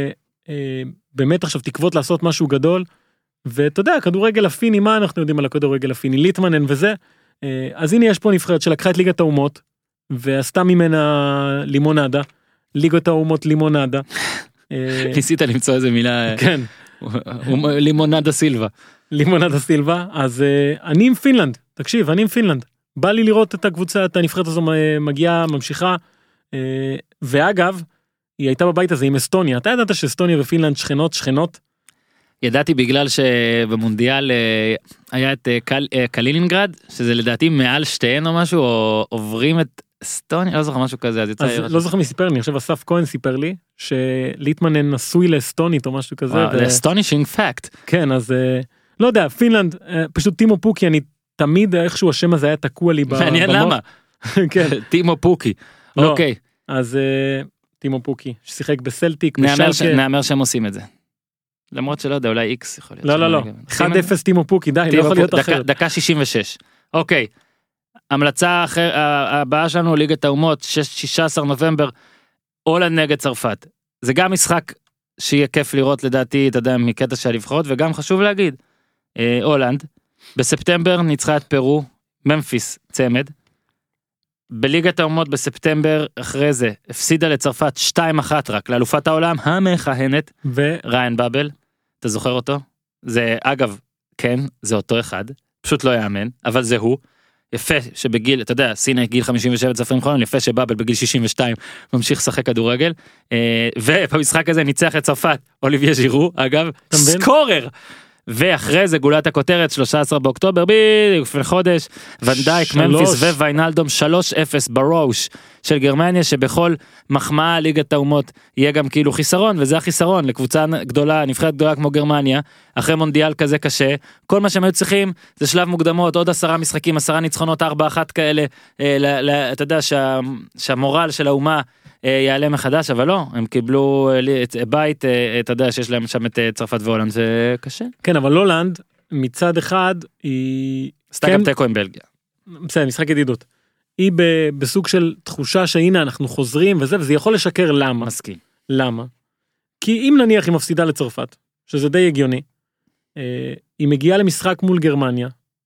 באמת עכשיו תקוות לעשות משהו גדול, ואתה יודע, הכדורגל הפיני, מה אנחנו יודעים על הכדורגל הפיני? ליטמנן וזה, אז הנה יש פה נבחרת שלקחה את ליגת האומות, ועשתה ממנה לימונדה, ליגת האומות לימונדה. ניסית למצוא איזה מילה, כן. לימונדה סילבה. לימונדה סילבה, אז אני עם פינלנד, תקשיב, אני עם פינלנד, בא לי לראות את הקבוצה, את הנבחרת הזו מגיעה, ממשיכה, ואגב, היא הייתה בבית הזה עם אסטוניה, אתה ידעת שאסטוניה ופינלנד שכנות שכנות? ידעתי בגלל שבמונדיאל היה את קל, קלינינגרד, שזה לדעתי מעל שתיהן או משהו, או עוברים את אסטוניה, לא זוכר משהו כזה, אז יצא... אז לא זוכר מי סיפר לי, אני חושב אסף כהן סיפר לי, שליטמנן נשוי לאסטונית או משהו כזה. וואו, אסטונישינג פאקט. כן, אז לא יודע, פינלנד, פשוט טימו פוקי, אני תמיד איכשהו השם הזה היה תקוע לי במוח. מעניין למה. כן. טימו פוקי. אוקיי. אז טימו פוקי, ששיחק בסלטיק, נאמר שהם עושים את זה. למרות שלא יודע, אולי איקס יכול להיות. לא, לא, לא. אחד אפס טימו פוקי, די, לא יכול להיות אחרת. דקה שישים ושש. אוקיי. המלצה הבאה שלנו, ליגת האומות, שישה עשר נובמבר, הולנד נגד צרפת. זה גם משחק שיהיה כיף לראות לדעתי, אתה יודע, מקטע של לבחרות, וגם חשוב להגיד, הולנד, בספטמבר ניצחה את פרו, ממפיס צמד, בליגת האומות בספטמבר אחרי זה, הפסידה לצרפת שתיים אחת רק, לאלופת העולם המכהנת, וריין באבל, אתה זוכר אותו? זה, אגב, כן, זה אותו אחד, פשוט לא יאמן, אבל זה הוא, יפה שבגיל, אתה יודע, סיני גיל חמישים ושבע צפרים חולן, יפה שבאבל בגיל שישים ושתיים ממשיך לשחק כדורגל, ובמשחק הזה ניצח את צרפת, אוליביה ז'ירו, אגב, סקורר, ואחרי זה גולת הכותרת, שלושה עשר באוקטובר, בדיוק לפני חודש, ונדייק, ממפיס וויינלדום, שלוש אפס בראש של גרמניה, שבכל מחמאה ליגת האומות יהיה גם כאילו חיסרון, וזה החיסרון לקבוצה גדולה, נבחרת גדולה כמו גרמניה, אחרי מונדיאל כזה קשה, כל מה שהם היו צריכים זה שלב מוקדמות, עוד עשרה משחקים, עשרה ניצחונות, ארבע אחת כאלה, אתה יודע שהמורל של האומה יעלה מחדש, אבל לא, הם קיבלו בית, אתה יודע שיש להם שם את צרפת והולנד, זה קשה. כן, אבל הולנד מצד אחד היא... עשתה גם תיקו עם בלגיה. בסדר, משחק ידידות. היא בסוג של תחושה שהנה אנחנו חוזרים וזה, וזה יכול לשקר למה. מסכים. למה? כי אם נניח היא מפסידה לצרפת, שזה די הגיוני, היא מגיעה למשחק מול גרמניה,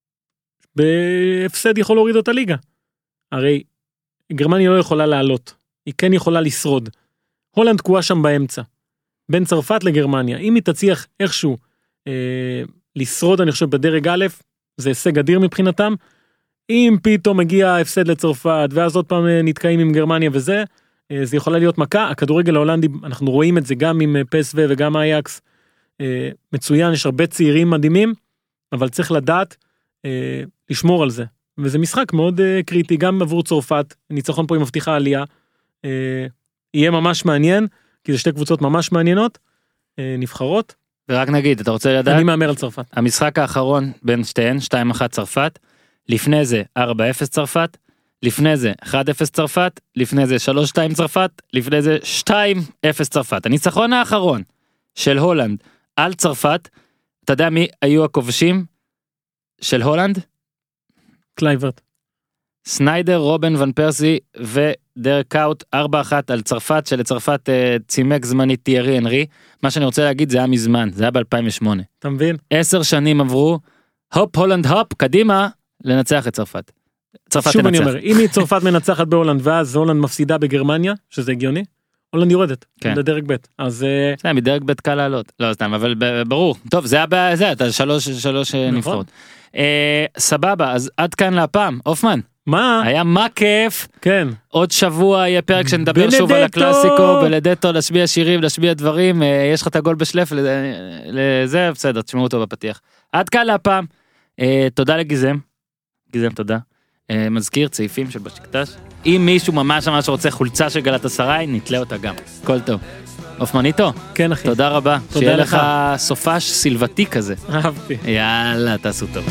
בהפסד יכול להוריד אותה ליגה. הרי גרמניה לא יכולה לעלות. היא כן יכולה לשרוד. הולנד תקועה שם באמצע. בין צרפת לגרמניה. אם היא תצליח איכשהו אה, לשרוד, אני חושב, בדרג א', זה הישג אדיר מבחינתם. אם פתאום מגיע הפסד לצרפת, ואז עוד פעם נתקעים עם גרמניה וזה, אה, זה יכולה להיות מכה. הכדורגל ההולנדי, אנחנו רואים את זה גם עם פסו וגם אייקס. אה, מצוין, יש הרבה צעירים מדהימים, אבל צריך לדעת אה, לשמור על זה. וזה משחק מאוד אה, קריטי, גם עבור צרפת. ניצחון פה עם מבטיחה עלייה. יהיה ממש מעניין, כי זה שתי קבוצות ממש מעניינות, נבחרות. ורק נגיד, אתה רוצה לדעת? אני מאמר על צרפת. המשחק האחרון בין שתיהן, שתיים אחת צרפת, לפני זה ארבע אפס צרפת, לפני זה אחד אפס צרפת, לפני זה שלוש שתיים צרפת, לפני זה שתיים אפס צרפת. הניצחון האחרון של הולנד על צרפת, אתה יודע מי היו הכובשים של הולנד? קלייברט. סניידר, רובן ון פרסי ודרק קאוט, ארבע אחת על צרפת, שלצרפת uh, צימק זמנית תיארי אנרי. מה שאני רוצה להגיד זה היה מזמן, זה היה ב-אלפיים ושמונה. אתה מבין? עשר שנים עברו, הופ הולנד הופ, קדימה, לנצח את צרפת. צרפת שוב תנצח. אני אומר, אם היא צרפת מנצחת בהולנד, ואז הולנד מפסידה בגרמניה, שזה הגיוני, הולנד יורדת, כן. לדרג ב'. אז... זה, מדרג ב' קל לעלות. לא, סתם, אבל ברור. טוב, זה היה, זה, אתה שלוש, שלוש נבחרות. אה, סבבה, אז עד כאן להפעם, אופמן. מה? היה מה כיף. כן. עוד שבוע יהיה פרק שנדבר בנדטו. שוב על הקלאסיקו, בלדטו, להשמיע שירים, להשמיע דברים, יש לך את הגול בשלף, לזה בסדר, תשמעו אותו בפתיח. עד כאן להפעם, תודה לגיזם, גיזם תודה, מזכיר צעיפים של בשקטש, אם מישהו ממש ממש רוצה חולצה של גלאטסראי, נתלה אותה גם, כל טוב. אופמניטו, כן אחי. תודה רבה, שיהיה לך סופש סילבתי כזה. אהבתי. יאללה, תעשו טוב.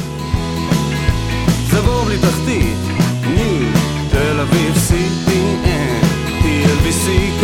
זה בור בלי תחתית, ניו, תל אביב, סי פי אן, טי אל בי סי